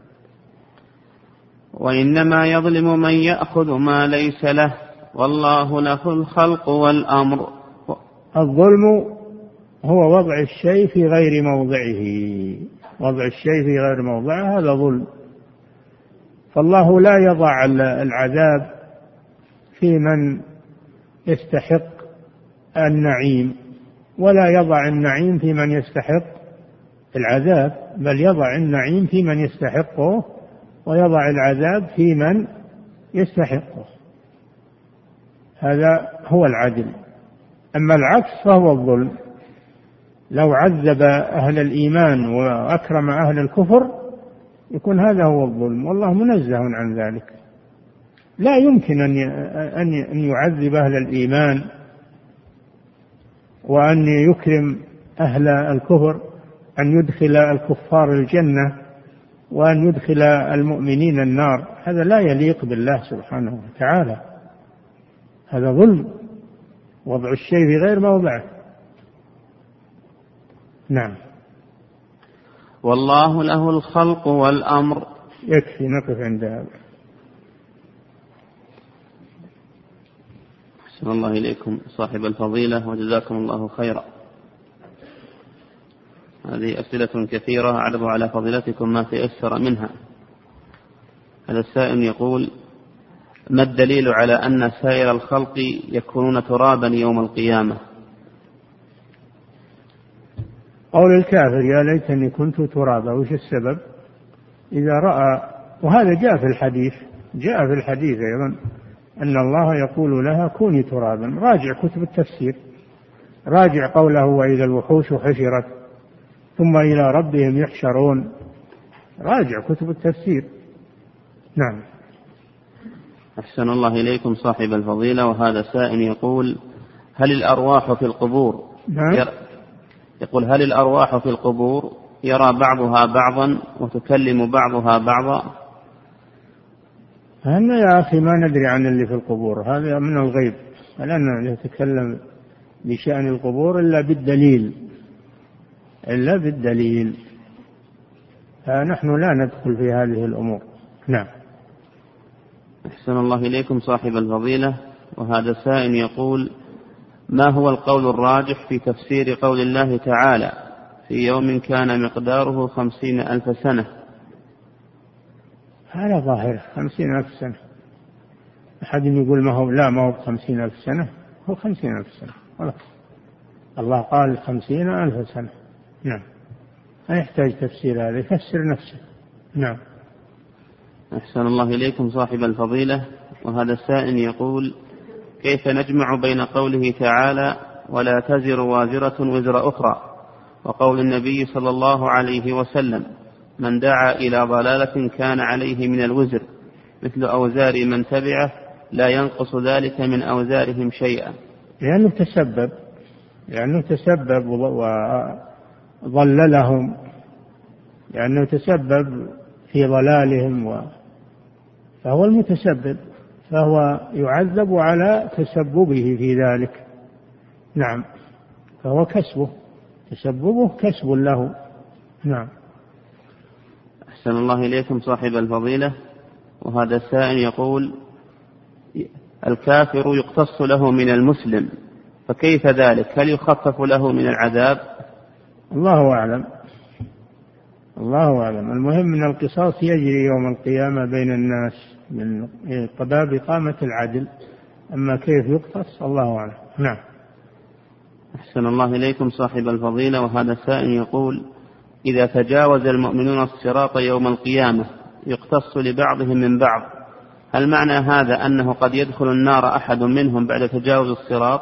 وإنما يظلم من يأخذ ما ليس له والله له الخلق والأمر. الظلم هو وضع الشيء في غير موضعه، وضع الشيء في غير موضعه هذا ظلم. فالله لا يضع العذاب في من يستحق النعيم، ولا يضع النعيم في من يستحق العذاب، بل يضع النعيم في من يستحقه ويضع العذاب في من يستحقه. هذا هو العدل. أما العكس فهو الظلم. لو عذب أهل الإيمان وأكرم أهل الكفر يكون هذا هو الظلم، والله منزه عن ذلك. لا يمكن أن يعذب أهل الإيمان وأن يكرم أهل الكفر، أن يدخل الكفار الجنة وأن يدخل المؤمنين النار، هذا لا يليق بالله سبحانه وتعالى، هذا ظلم، وضع الشيء في غير موضعه. نعم. والله له الخلق والأمر. يكفي نقف عند هذا. أحسن الله إليكم صاحب الفضيلة وجزاكم الله خيرا. هذه أسئلة كثيرة أعرض على فضيلتكم ما تيسر منها. هذا السائل يقول: ما الدليل على أن سائر الخلق يكونون ترابا يوم القيامة؟ قول الكافر يا ليتني كنت ترابا، وش السبب؟ إذا رأى، وهذا جاء في الحديث، جاء في الحديث أيضا أن الله يقول لها كوني ترابا. راجع كتب التفسير، راجع قوله وإذا الوحوش حشرت ثم إلى ربهم يحشرون، راجع كتب التفسير. نعم. أحسن الله إليكم صاحب الفضيلة. وهذا سائل يقول: هل الأرواح في القبور نعم. ير... يقول هل الأرواح في القبور يرى بعضها بعضا وتكلم بعضها بعضا؟ أنا يا أخي ما ندري عن اللي في القبور، هذا من الغيب، فلن نتكلم بشأن القبور إلا بالدليل، إلا بالدليل، فنحن لا ندخل في هذه الأمور. نعم. أحسن الله إليكم صاحب الفضيلة. وهذا سائل يقول: ما هو القول الراجح في تفسير قول الله تعالى في يوم كان مقداره خمسين ألف سنة؟ هذا ظاهر خمسين ألف سنة. أحد يقول ما هو، لا ما هو خمسين ألف سنة، هو خمسين ألف سنة خلاص. الله قال خمسين ألف سنة. نعم. لا يحتاج تفسير، هذا يفسر نفسه. نعم. أحسن الله إليكم صاحب الفضيلة. وهذا السائل يقول: كيف نجمع بين قوله تعالى ولا تزر وازرة وزر أخرى وقول النبي صلى الله عليه وسلم من دعا إلى ضلالة كان عليه من الوزر مثل أوزار من تبعه لا ينقص ذلك من أوزارهم شيئا؟ لأنه تسبب، لأنه تسبب وضللهم، لأنه تسبب في ضلالهم و... فهو المتسبب، فهو يعذب على تسببه في ذلك. نعم. فهو كسبه، تسببه كسب له. نعم. أحسن الله إليكم صاحب الفضيلة. وهذا السائل يقول: الكافر يقتص له من المسلم، فكيف ذلك؟ هل يخفف له من العذاب؟ الله أعلم، الله أعلم. المهم أن القصاص يجري يوم القيامة بين الناس من باب إقامة العدل، أما كيف يقتص الله أعلم. نعم. أحسن الله إليكم صاحب الفضيلة. وهذا سائل يقول: إذا تجاوز المؤمنون الصراط يوم القيامة يقتص لبعضهم من بعض، هل معنى هذا أنه قد يدخل النار أحد منهم بعد تجاوز الصراط؟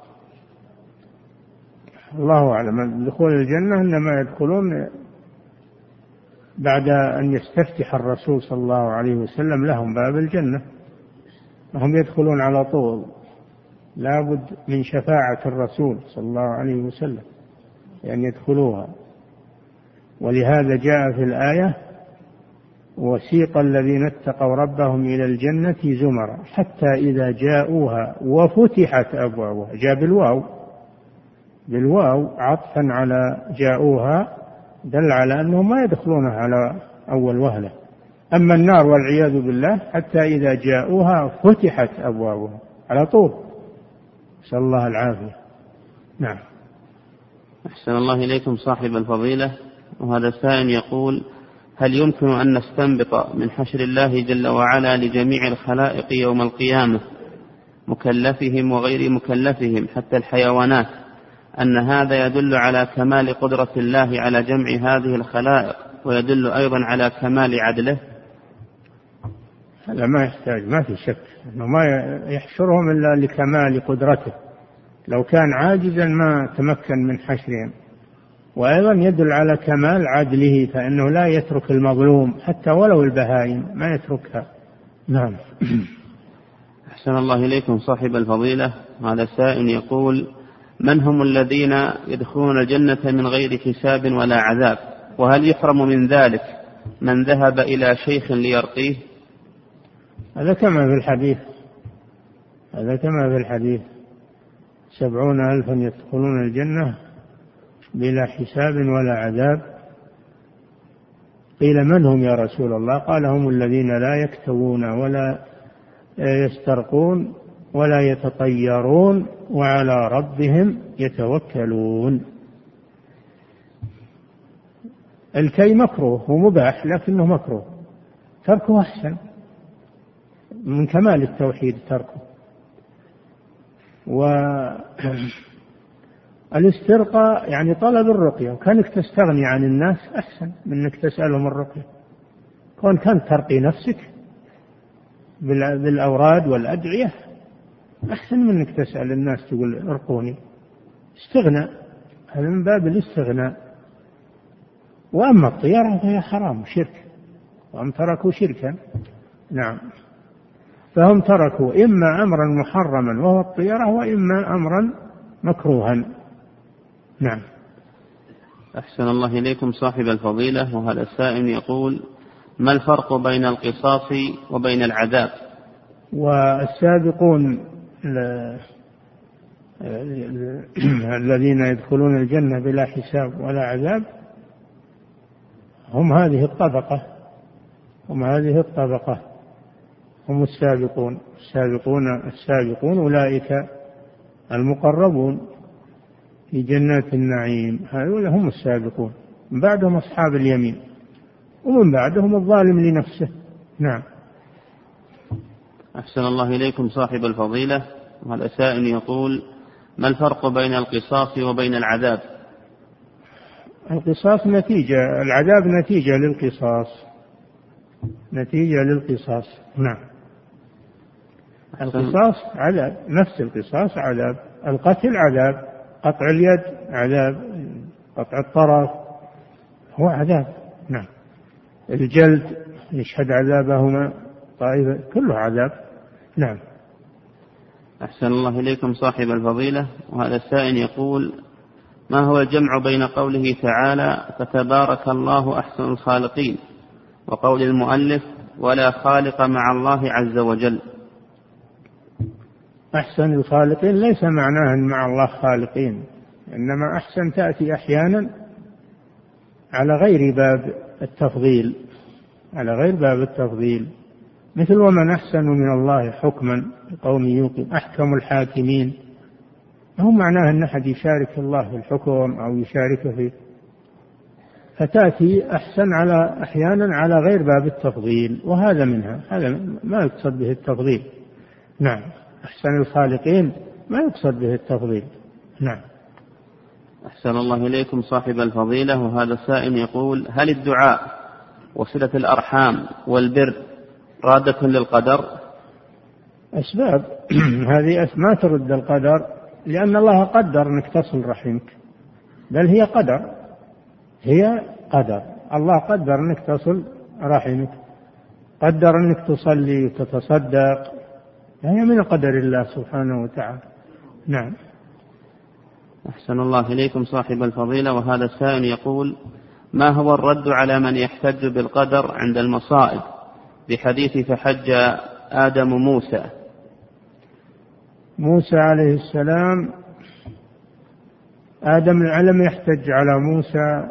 الله أعلم. دخول الجنة إنما يدخلون بعد أن يستفتح الرسول صلى الله عليه وسلم لهم باب الجنة، وهم يدخلون على طول، لا بد من شفاعة الرسول صلى الله عليه وسلم يعني يدخلوها. ولهذا جاء في الآية: وسيق الذين اتقوا ربهم إلى الجنة زمرا حتى إذا جاءوها وفتحت أبوابها، جاء بالواو، بالواو عطفا على جاءوها، دل على أنهم ما يدخلونها على أول وهلة. أما النار والعياذ بالله حتى إذا جاءوها فتحت أبوابها على طول، نسأل الله العافية. نعم. أحسن الله إليكم صاحب الفضيلة. وهذا سائل يقول: هل يمكن أن نستنبط من حشر الله جل وعلا لجميع الخلائق يوم القيامة مكلفهم وغير مكلفهم حتى الحيوانات أن هذا يدل على كمال قدرة الله على جمع هذه الخلائق ويدل أيضا على كمال عدله؟ هذا ما يحتاج، ما في شك أنه ما يحشرهم إلا لكمال قدرته، لو كان عاجزا ما تمكن من حشرهم. وأيضا يدل على كمال عدله، فإنه لا يترك المظلوم حتى ولو البهائم ما يتركها. نعم. أحسن الله إليكم صاحب الفضيلة. هذا سائل يقول: من هم الذين يدخلون الجنة من غير حساب ولا عذاب؟ وهل يحرم من ذلك من ذهب إلى شيخ ليرقيه؟ هذا كما في الحديث، هذا كما في الحديث: سبعون ألفا يدخلون الجنة بلا حساب ولا عذاب. قيل: من هم يا رسول الله؟ قال: هم الذين لا يكتوون ولا يسترقون ولا يتطيرون وعلى ربهم يتوكلون. الكي مكروه ومباح لكنه مكروه، تركه أحسن، من كمال التوحيد تركه. والاسترقاء يعني طلب الرقية، وكانك تستغني عن الناس أحسن من أنك تسألهم الرقية. كون كانت ترقي نفسك بالأوراد والأدعية أحسن من أنك تسأل الناس تقول ارقوني. استغنى، هذا من باب الاستغناء. وأما الطيرة فهي حرام شرك، وهم تركوا شركا. نعم. فهم تركوا إما أمرا محرما وهو الطيرة، وإما أمرا مكروها. نعم. أحسن الله إليكم صاحب الفضيلة. وهذا السائل يقول: ما الفرق بين القصاص وبين العذاب؟ والسابقون الذين يدخلون الجنة بلا حساب ولا عذاب هم هذه الطبقة، هم هذه الطبقة هم السابقون. السابقون السابقون أولئك المقربون في جنات النعيم، هؤلاء هم السابقون. من بعدهم أصحاب اليمين، ومن بعدهم الظالم لنفسه. نعم. أحسن الله إليكم صاحب الفضيلة. وهذا سائل يقول: ما الفرق بين القصاص وبين العذاب؟ القصاص نتيجة، العذاب نتيجة للقصاص، نتيجة للقصاص. نعم. القصاص عذاب، نفس القصاص عذاب. القتل عذاب، قطع اليد عذاب، قطع الطرف هو عذاب. نعم. الجلد يشهد عذابهما طائفة، كله عذاب. نعم. أحسن الله إليكم صاحب الفضيلة. وهذا السائل يقول: ما هو الجمع بين قوله تعالى فتبارك الله أحسن الخالقين وقول المؤلف ولا خالق مع الله عز وجل؟ أحسن الخالقين ليس معناه أن مع الله خالقين، إنما أحسن تأتي أحيانا على غير باب التفضيل، على غير باب التفضيل. مثل ومن أحسن من الله حكما قوم يوقن أحكم الحاكمين. هو معناه أن أحد يشارك الله في الحكم أو يشارك في، فتأتي أحسن على أحيانا على غير باب التفضيل، وهذا منها، هذا ما يقصد به التفضيل. نعم، أحسن الخالقين ما يقصد به التفضيل. نعم. أحسن الله إليكم صاحب الفضيلة، وهذا السائل يقول: هل الدعاء وصلة الأرحام والبر رادة للقدر؟ أسباب هذه ما ترد القدر، لأن الله قدر أنك تصل رحمك، بل هي قدر، هي قدر، الله قدر أنك تصل رحمك، قدر أنك تصلي وتتصدق، هي من قدر الله سبحانه وتعالى. نعم. أحسن الله إليكم صاحب الفضيلة، وهذا السائل يقول: ما هو الرد على من يحتج بالقدر عند المصائب بحديث فحج آدم موسى؟ موسى عليه السلام، آدم لم يحتج على موسى،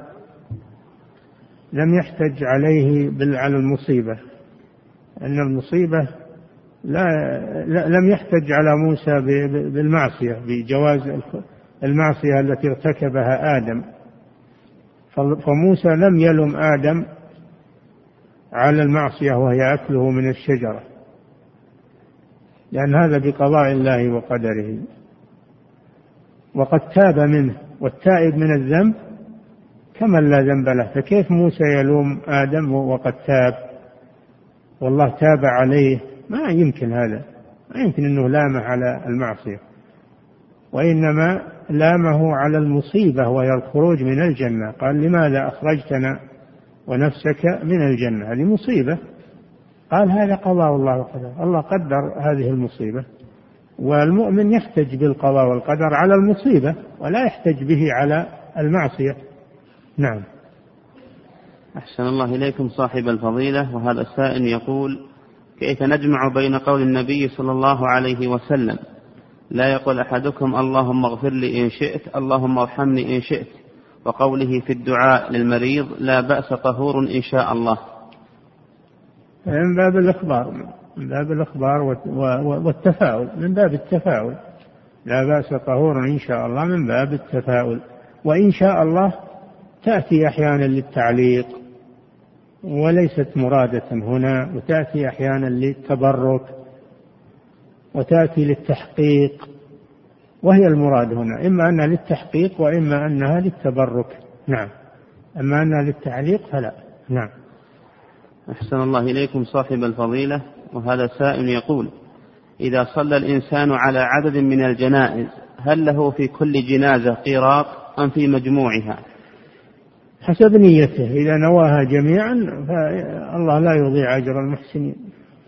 لم يحتج عليه على المصيبة، أن المصيبة لا, لا لم يحتج على موسى بالمعصية، بجواز المعصية التي ارتكبها آدم، فموسى لم يلم آدم على المعصية وهي أكله من الشجرة، لأن هذا بقضاء الله وقدره، وقد تاب منه، والتائب من الذنب كمن لا ذنب له، فكيف موسى يلوم آدم وقد تاب والله تاب عليه؟ ما يمكن هذا، ما يمكن أنه لامه على المعصية، وإنما لامه على المصيبة وهي الخروج من الجنة، قال: لماذا أخرجتنا ونفسك من الجنة؟ هذه مصيبة، قال: هذا قضاء الله وقدره، الله قدر هذه المصيبة، والمؤمن يحتج بالقضاء والقدر على المصيبة ولا يحتج به على المعصية. نعم. أحسن الله إليكم صاحب الفضيلة، وهذا السائل يقول: كيف نجمع بين قول النبي صلى الله عليه وسلم: لا يقول أحدكم اللهم اغفر لي إن شئت، اللهم ارحمني إن شئت، وقوله في الدعاء للمريض: لا بأس طهور إن شاء الله؟ من باب الإخبار، من باب الإخبار والتفاؤل، من باب التفاؤل، لا بأس طهور إن شاء الله، من باب التفاؤل. وإن شاء الله تأتي أحيانا للتعليق وليست مرادة هنا، وتأتي أحيانا للتبرك، وتأتي للتحقيق، وهي المراد هنا، إما أنها للتحقيق وإما أنها للتبرك. نعم. أما أنها للتعليق فلا. نعم. أحسن الله إليكم صاحب الفضيلة، وهذا سائل يقول: إذا صلى الإنسان على عدد من الجنائز هل له في كل جنازة قيراط أم في مجموعها؟ حسب نيته، إذا نواها جميعا فالله لا يضيع أجر المحسنين،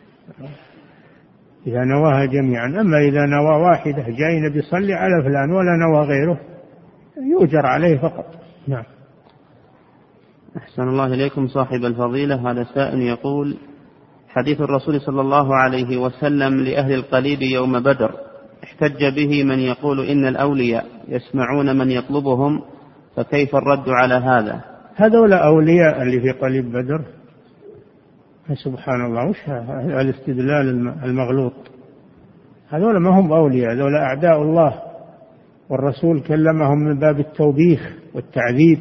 إذا نواها جميعا. أما إذا نوى واحدة، جاي نبي يصلي على فلان ولا نوى غيره، يؤجر عليه فقط. نعم. أحسن الله إليكم صاحب الفضيلة، هذا سائل يقول: حديث الرسول صلى الله عليه وسلم لأهل القليب يوم بدر احتج به من يقول إن الأولياء يسمعون من يطلبهم، فكيف الرد على هذا؟ هذول أولياء اللي في قليب بدر، سبحان الله، وش الاستدلال المغلوط؟ هذول ما هم أولياء، هذول أعداء الله، والرسول كلمهم من باب التوبيخ والتعذيب،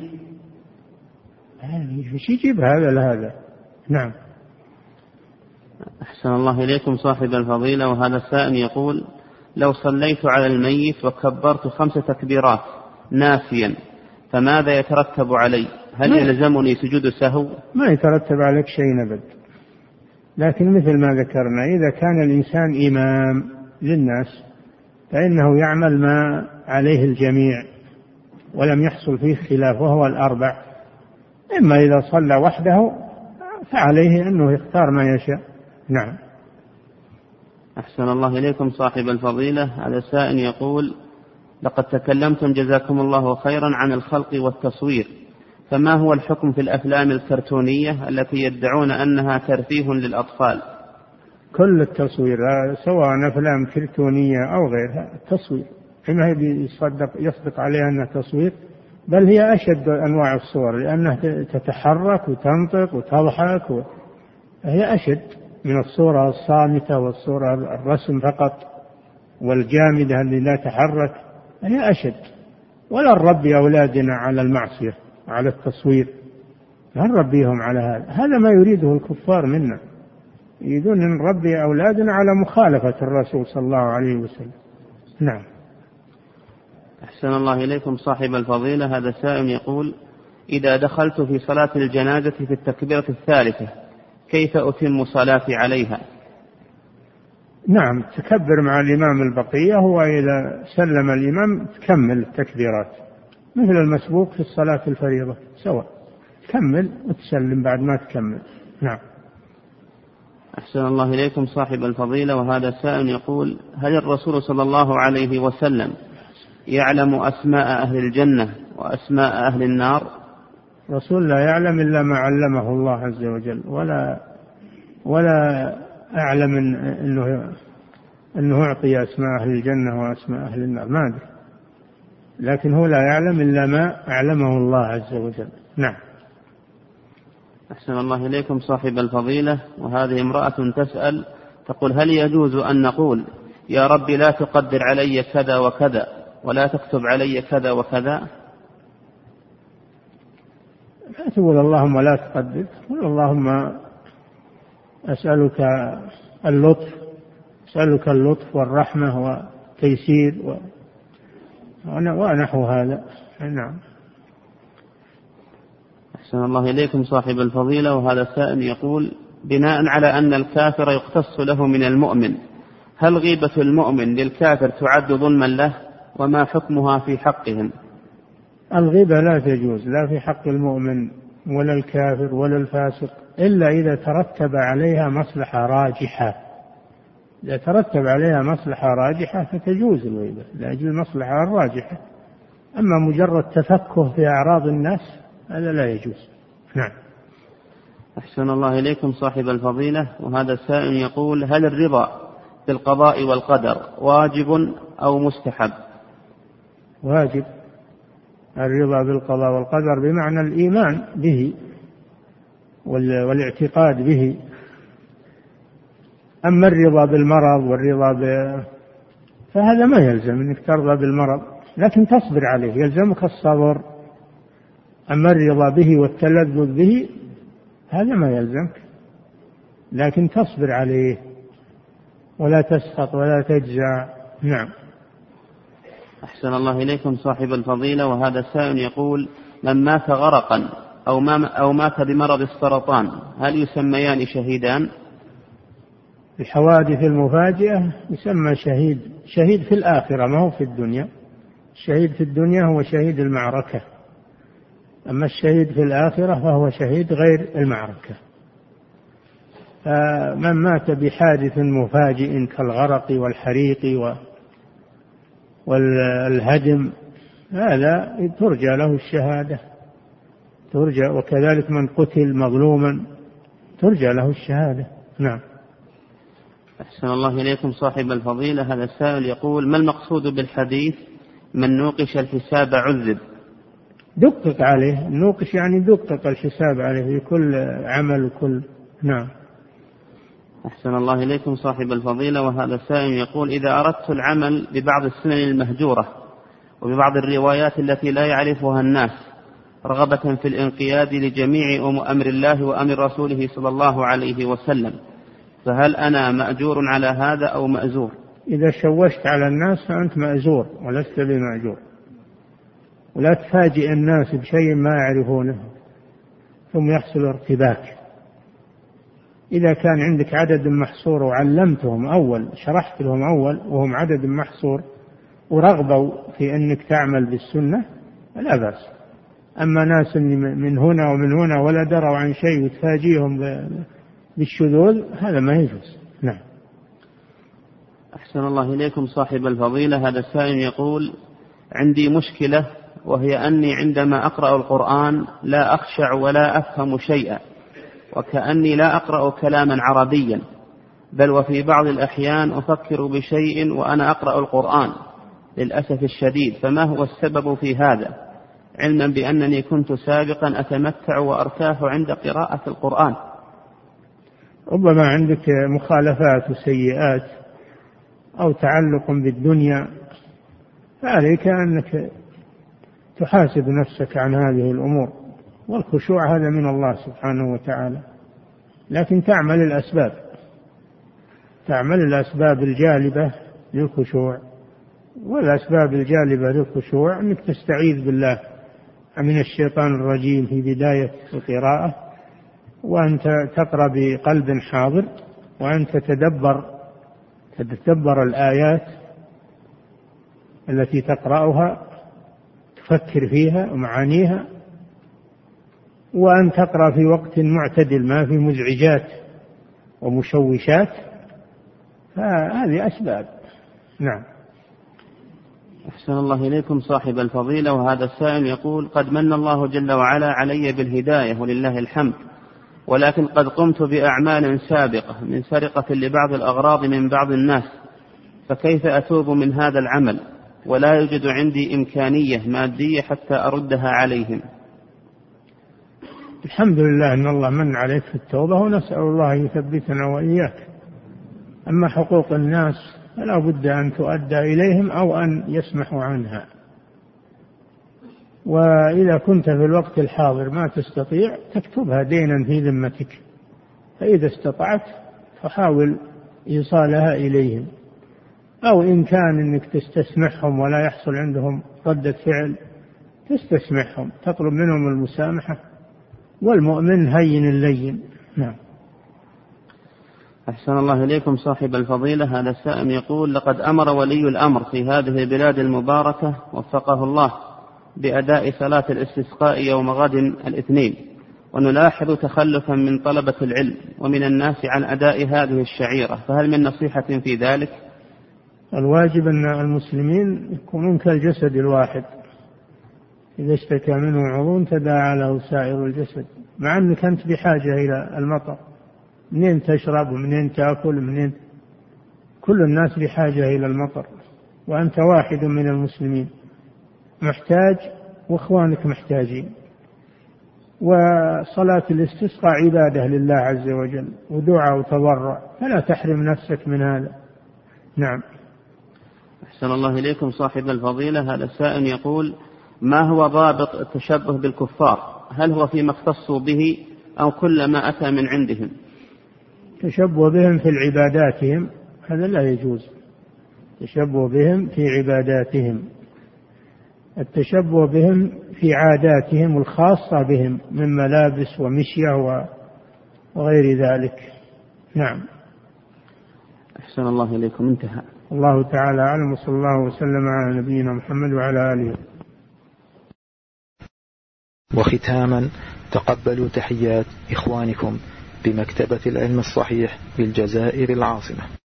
ايش يجيب هذا لهذا؟ نعم. أحسن الله إليكم صاحب الفضيلة، وهذا السائل يقول: لو صليت على الميت وكبرت خمس تكبيرات ناسيا فماذا يترتب علي؟ هل يلزمني سجود سهو؟ ما يترتب عليك شيء أبد، لكن مثل ما ذكرنا، إذا كان الإنسان إمام للناس فإنه يعمل ما عليه الجميع ولم يحصل فيه خلاف، وهو الأربع. إما إذا صلى وحده فعليه أنه يختار ما يشاء. نعم. أحسن الله إليكم صاحب الفضيلة، هذا السائل يقول: لقد تكلمتم جزاكم الله خيرا عن الخلق والتصوير، فما هو الحكم في الأفلام الكرتونية التي يدعون أنها ترفيه للأطفال؟ كل التصوير سواء أفلام كرتونية أو غيرها تصوير، فيما يصدق يصدق عليها أنها تصوير، بل هي أشد أنواع الصور، لأنها تتحرك وتنطق وتضحك و... هي أشد. من الصورة الصامتة والصورة الرسم فقط والجامدة اللي لا تحرك هي أشد. ولا نربي أولادنا على المعصية على التصوير، لا نربيهم على هذا، هذا ما يريده الكفار منا، يريدون أن نربي أولادنا على مخالفة الرسول صلى الله عليه وسلم. نعم. أحسن الله إليكم صاحب الفضيلة. هذا سائل يقول: إذا دخلت في صلاة الجنازة في التكبيرة الثالثة كيف أتم صلاتي عليها؟ نعم، تكبر مع الإمام البقية، هو إذا سلم الإمام تكمل التكبيرات مثل المسبوق في الصلاة الفريضة سواء، كمل وتسلم بعد ما تكمل. نعم. أحسن الله إليكم صاحب الفضيلة. وهذا سائل يقول: هل الرسول صلى الله عليه وسلم يعلم أسماء أهل الجنة وأسماء أهل النار؟ رسول لا يعلم إلا ما علمه الله عز وجل، ولا ولا أعلم إن إنه إنه أعطي أسماء أهل الجنة وأسماء أهل النار، ما أدري، لكن هو لا يعلم إلا ما أعلمه الله عز وجل. نعم. أحسن الله إليكم صاحب الفضيلة. وهذه امرأة تسأل تقول: هل يجوز أن نقول يا رب لا تقدر علي كذا وكذا ولا تكتب علي كذا وكذا؟ لا تقول اللهم لا تقدر، قل اللهم أسألك اللطف، أسألك اللطف والرحمة والتيسير و... ونحو هذا. نعم. أحسن الله إليكم صاحب الفضيلة. وهذا سائل يقول: بناء على أن الكافر يقتص له من المؤمن، هل غيبة المؤمن للكافر تعد ظلما له؟ وما حكمها في حقهم؟ الغيبة لا تجوز لا في حق المؤمن ولا الكافر ولا الفاسق إلا إذا ترتب عليها مصلحة راجحة. إذا ترتب عليها مصلحة راجحة فتجوز الغيبة لأجل المصلحة الراجحة. أما مجرد تفكه في أعراض الناس هذا لا يجوز. نعم. أحسن الله إليكم صاحب الفضيلة. وهذا السائل يقول: هل الرضا بالقضاء والقدر واجب أو مستحب؟ واجب. الرضا بالقضاء والقدر بمعنى الإيمان به والاعتقاد به. أما الرضا بالمرض والرضا ب... فهذا ما يلزم أنك ترضى بالمرض، لكن تصبر عليه، يلزمك الصبر. أما الرضا به والتلذذ به هذا ما يلزمك، لكن تصبر عليه ولا تسخط ولا تجزع. نعم. أحسن الله إليكم صاحب الفضيلة. وهذا السائل يقول: من مات غرقا أو, ما أو مات بمرض السرطان هل يسميان شهيدان؟ الحوادث المفاجئة يسمى شهيد، شهيد في الآخرة ما هو في الدنيا. الشهيد في الدنيا هو شهيد المعركة، أما الشهيد في الآخرة فهو شهيد غير المعركة. فمن مات بحادث مفاجئ كالغرق والحريق والهدم هذا ترجى له الشهادة، ترجى. وكذلك من قتل مظلوما ترجى له الشهادة. نعم. أحسن الله إليكم صاحب الفضيلة. هذا السائل يقول: ما المقصود بالحديث من نوقش الحساب عذب؟ دقق عليه، نوقش يعني دقق الحساب عليه في كل عمل وكل. نعم. أحسن الله إليكم صاحب الفضيلة. وهذا السائل يقول: إذا أردت العمل ببعض السنن المهجورة وببعض الروايات التي لا يعرفها الناس رغبة في الانقياد لجميع أمر الله وأمر رسوله صلى الله عليه وسلم، فهل أنا مأجور على هذا أو مأزور؟ إذا شوشت على الناس فأنت مأزور ولست بمأجور، ولا تفاجئ الناس بشيء ما يعرفونه ثم يحصل ارتباك. إذا كان عندك عدد محصور وعلمتهم أول، شرحت لهم أول وهم عدد محصور ورغبوا في أنك تعمل بالسنة لا بأس. أما ناس من هنا ومن هنا ولا دروا عن شيء وتفاجئهم بالشذوذ هذا ما يجوز. نعم. أحسن الله إليكم صاحب الفضيلة. هذا السائل يقول: عندي مشكلة، وهي أني عندما أقرأ القرآن لا أخشع ولا أفهم شيئا، وكأني لا أقرأ كلاما عربيا، بل وفي بعض الأحيان أفكر بشيء وأنا أقرأ القرآن للأسف الشديد، فما هو السبب في هذا، علما بأنني كنت سابقا أتمتع وأرتاح عند قراءة القرآن؟ ربما عندك مخالفات وسيئات أو تعلق بالدنيا، فعليك أنك تحاسب نفسك عن هذه الأمور، والخشوع هذا من الله سبحانه وتعالى، لكن تعمل الأسباب تعمل الأسباب الجالبة للخشوع. والأسباب الجالبة للخشوع أنك تستعيذ بالله من الشيطان الرجيم في بداية القراءة، وأنت تقرأ بقلب حاضر، وأن تتدبر تتدبر الآيات التي تقرأها، تفكر فيها ومعانيها، وأن تقرأ في وقت معتدل ما في مزعجات ومشوشات، فهذه أسباب. نعم. أحسن الله إليكم صاحب الفضيلة. وهذا السائل يقول: قد من الله جل وعلا علي بالهداية ولله الحمد، ولكن قد قمت بأعمال سابقة من سرقة لبعض الأغراض من بعض الناس، فكيف أتوب من هذا العمل ولا يوجد عندي إمكانية مادية حتى أردها عليهم؟ الحمد لله أن الله من عليك في التوبة، ونسأل الله يثبتنا وإياك. أما حقوق الناس فلا بد أن تؤدى إليهم أو أن يسمحوا عنها، وإذا كنت في الوقت الحاضر ما تستطيع تكتبها دينا في ذمتك، فإذا استطعت فحاول إيصالها إليهم، أو إن كان أنك تستسمحهم ولا يحصل عندهم ردة فعل تستسمحهم، تطلب منهم المسامحة، والمؤمن هين اللين. نعم. أحسن الله إليكم صاحب الفضيلة. هذا السائل يقول: لقد أمر ولي الأمر في هذه البلاد المباركة وفقه الله بأداء صلاة الاستسقاء يوم غد الاثنين، ونلاحظ تخلفا من طلبة العلم ومن الناس عن أداء هذه الشعيرة، فهل من نصيحة في ذلك؟ الواجب أن المسلمين يكونون كالجسد الواحد، إذا اشتكى منه عضو تداعى له سائر الجسد، مع أنك أنت بحاجة إلى المطر، منين تشرب ومنين تأكل منين، كل الناس بحاجة إلى المطر، وأنت واحد من المسلمين محتاج وإخوانك محتاجين. وصلاة الاستسقاء عبادة لله عز وجل ودعاء وتضرع، فلا تحرم نفسك من هذا. نعم. أحسن الله إليكم صاحب الفضيلة. هذا السائل يقول: ما هو ضابط التشبه بالكفار؟ هل هو فيما اختصوا به أو كل ما أتى من عندهم؟ تشبه بهم في عباداتهم هذا لا يجوز، تشبه بهم في عباداتهم. التشبه بهم في عاداتهم الخاصة بهم من ملابس ومشية وغير ذلك. نعم. أحسن الله إليكم. انتهى. الله تعالى أعلم، وصلى الله وسلم على نبينا محمد وعلى آله. وختاما، تقبلوا تحيات إخوانكم بمكتبة العلم الصحيح بالجزائر العاصمة.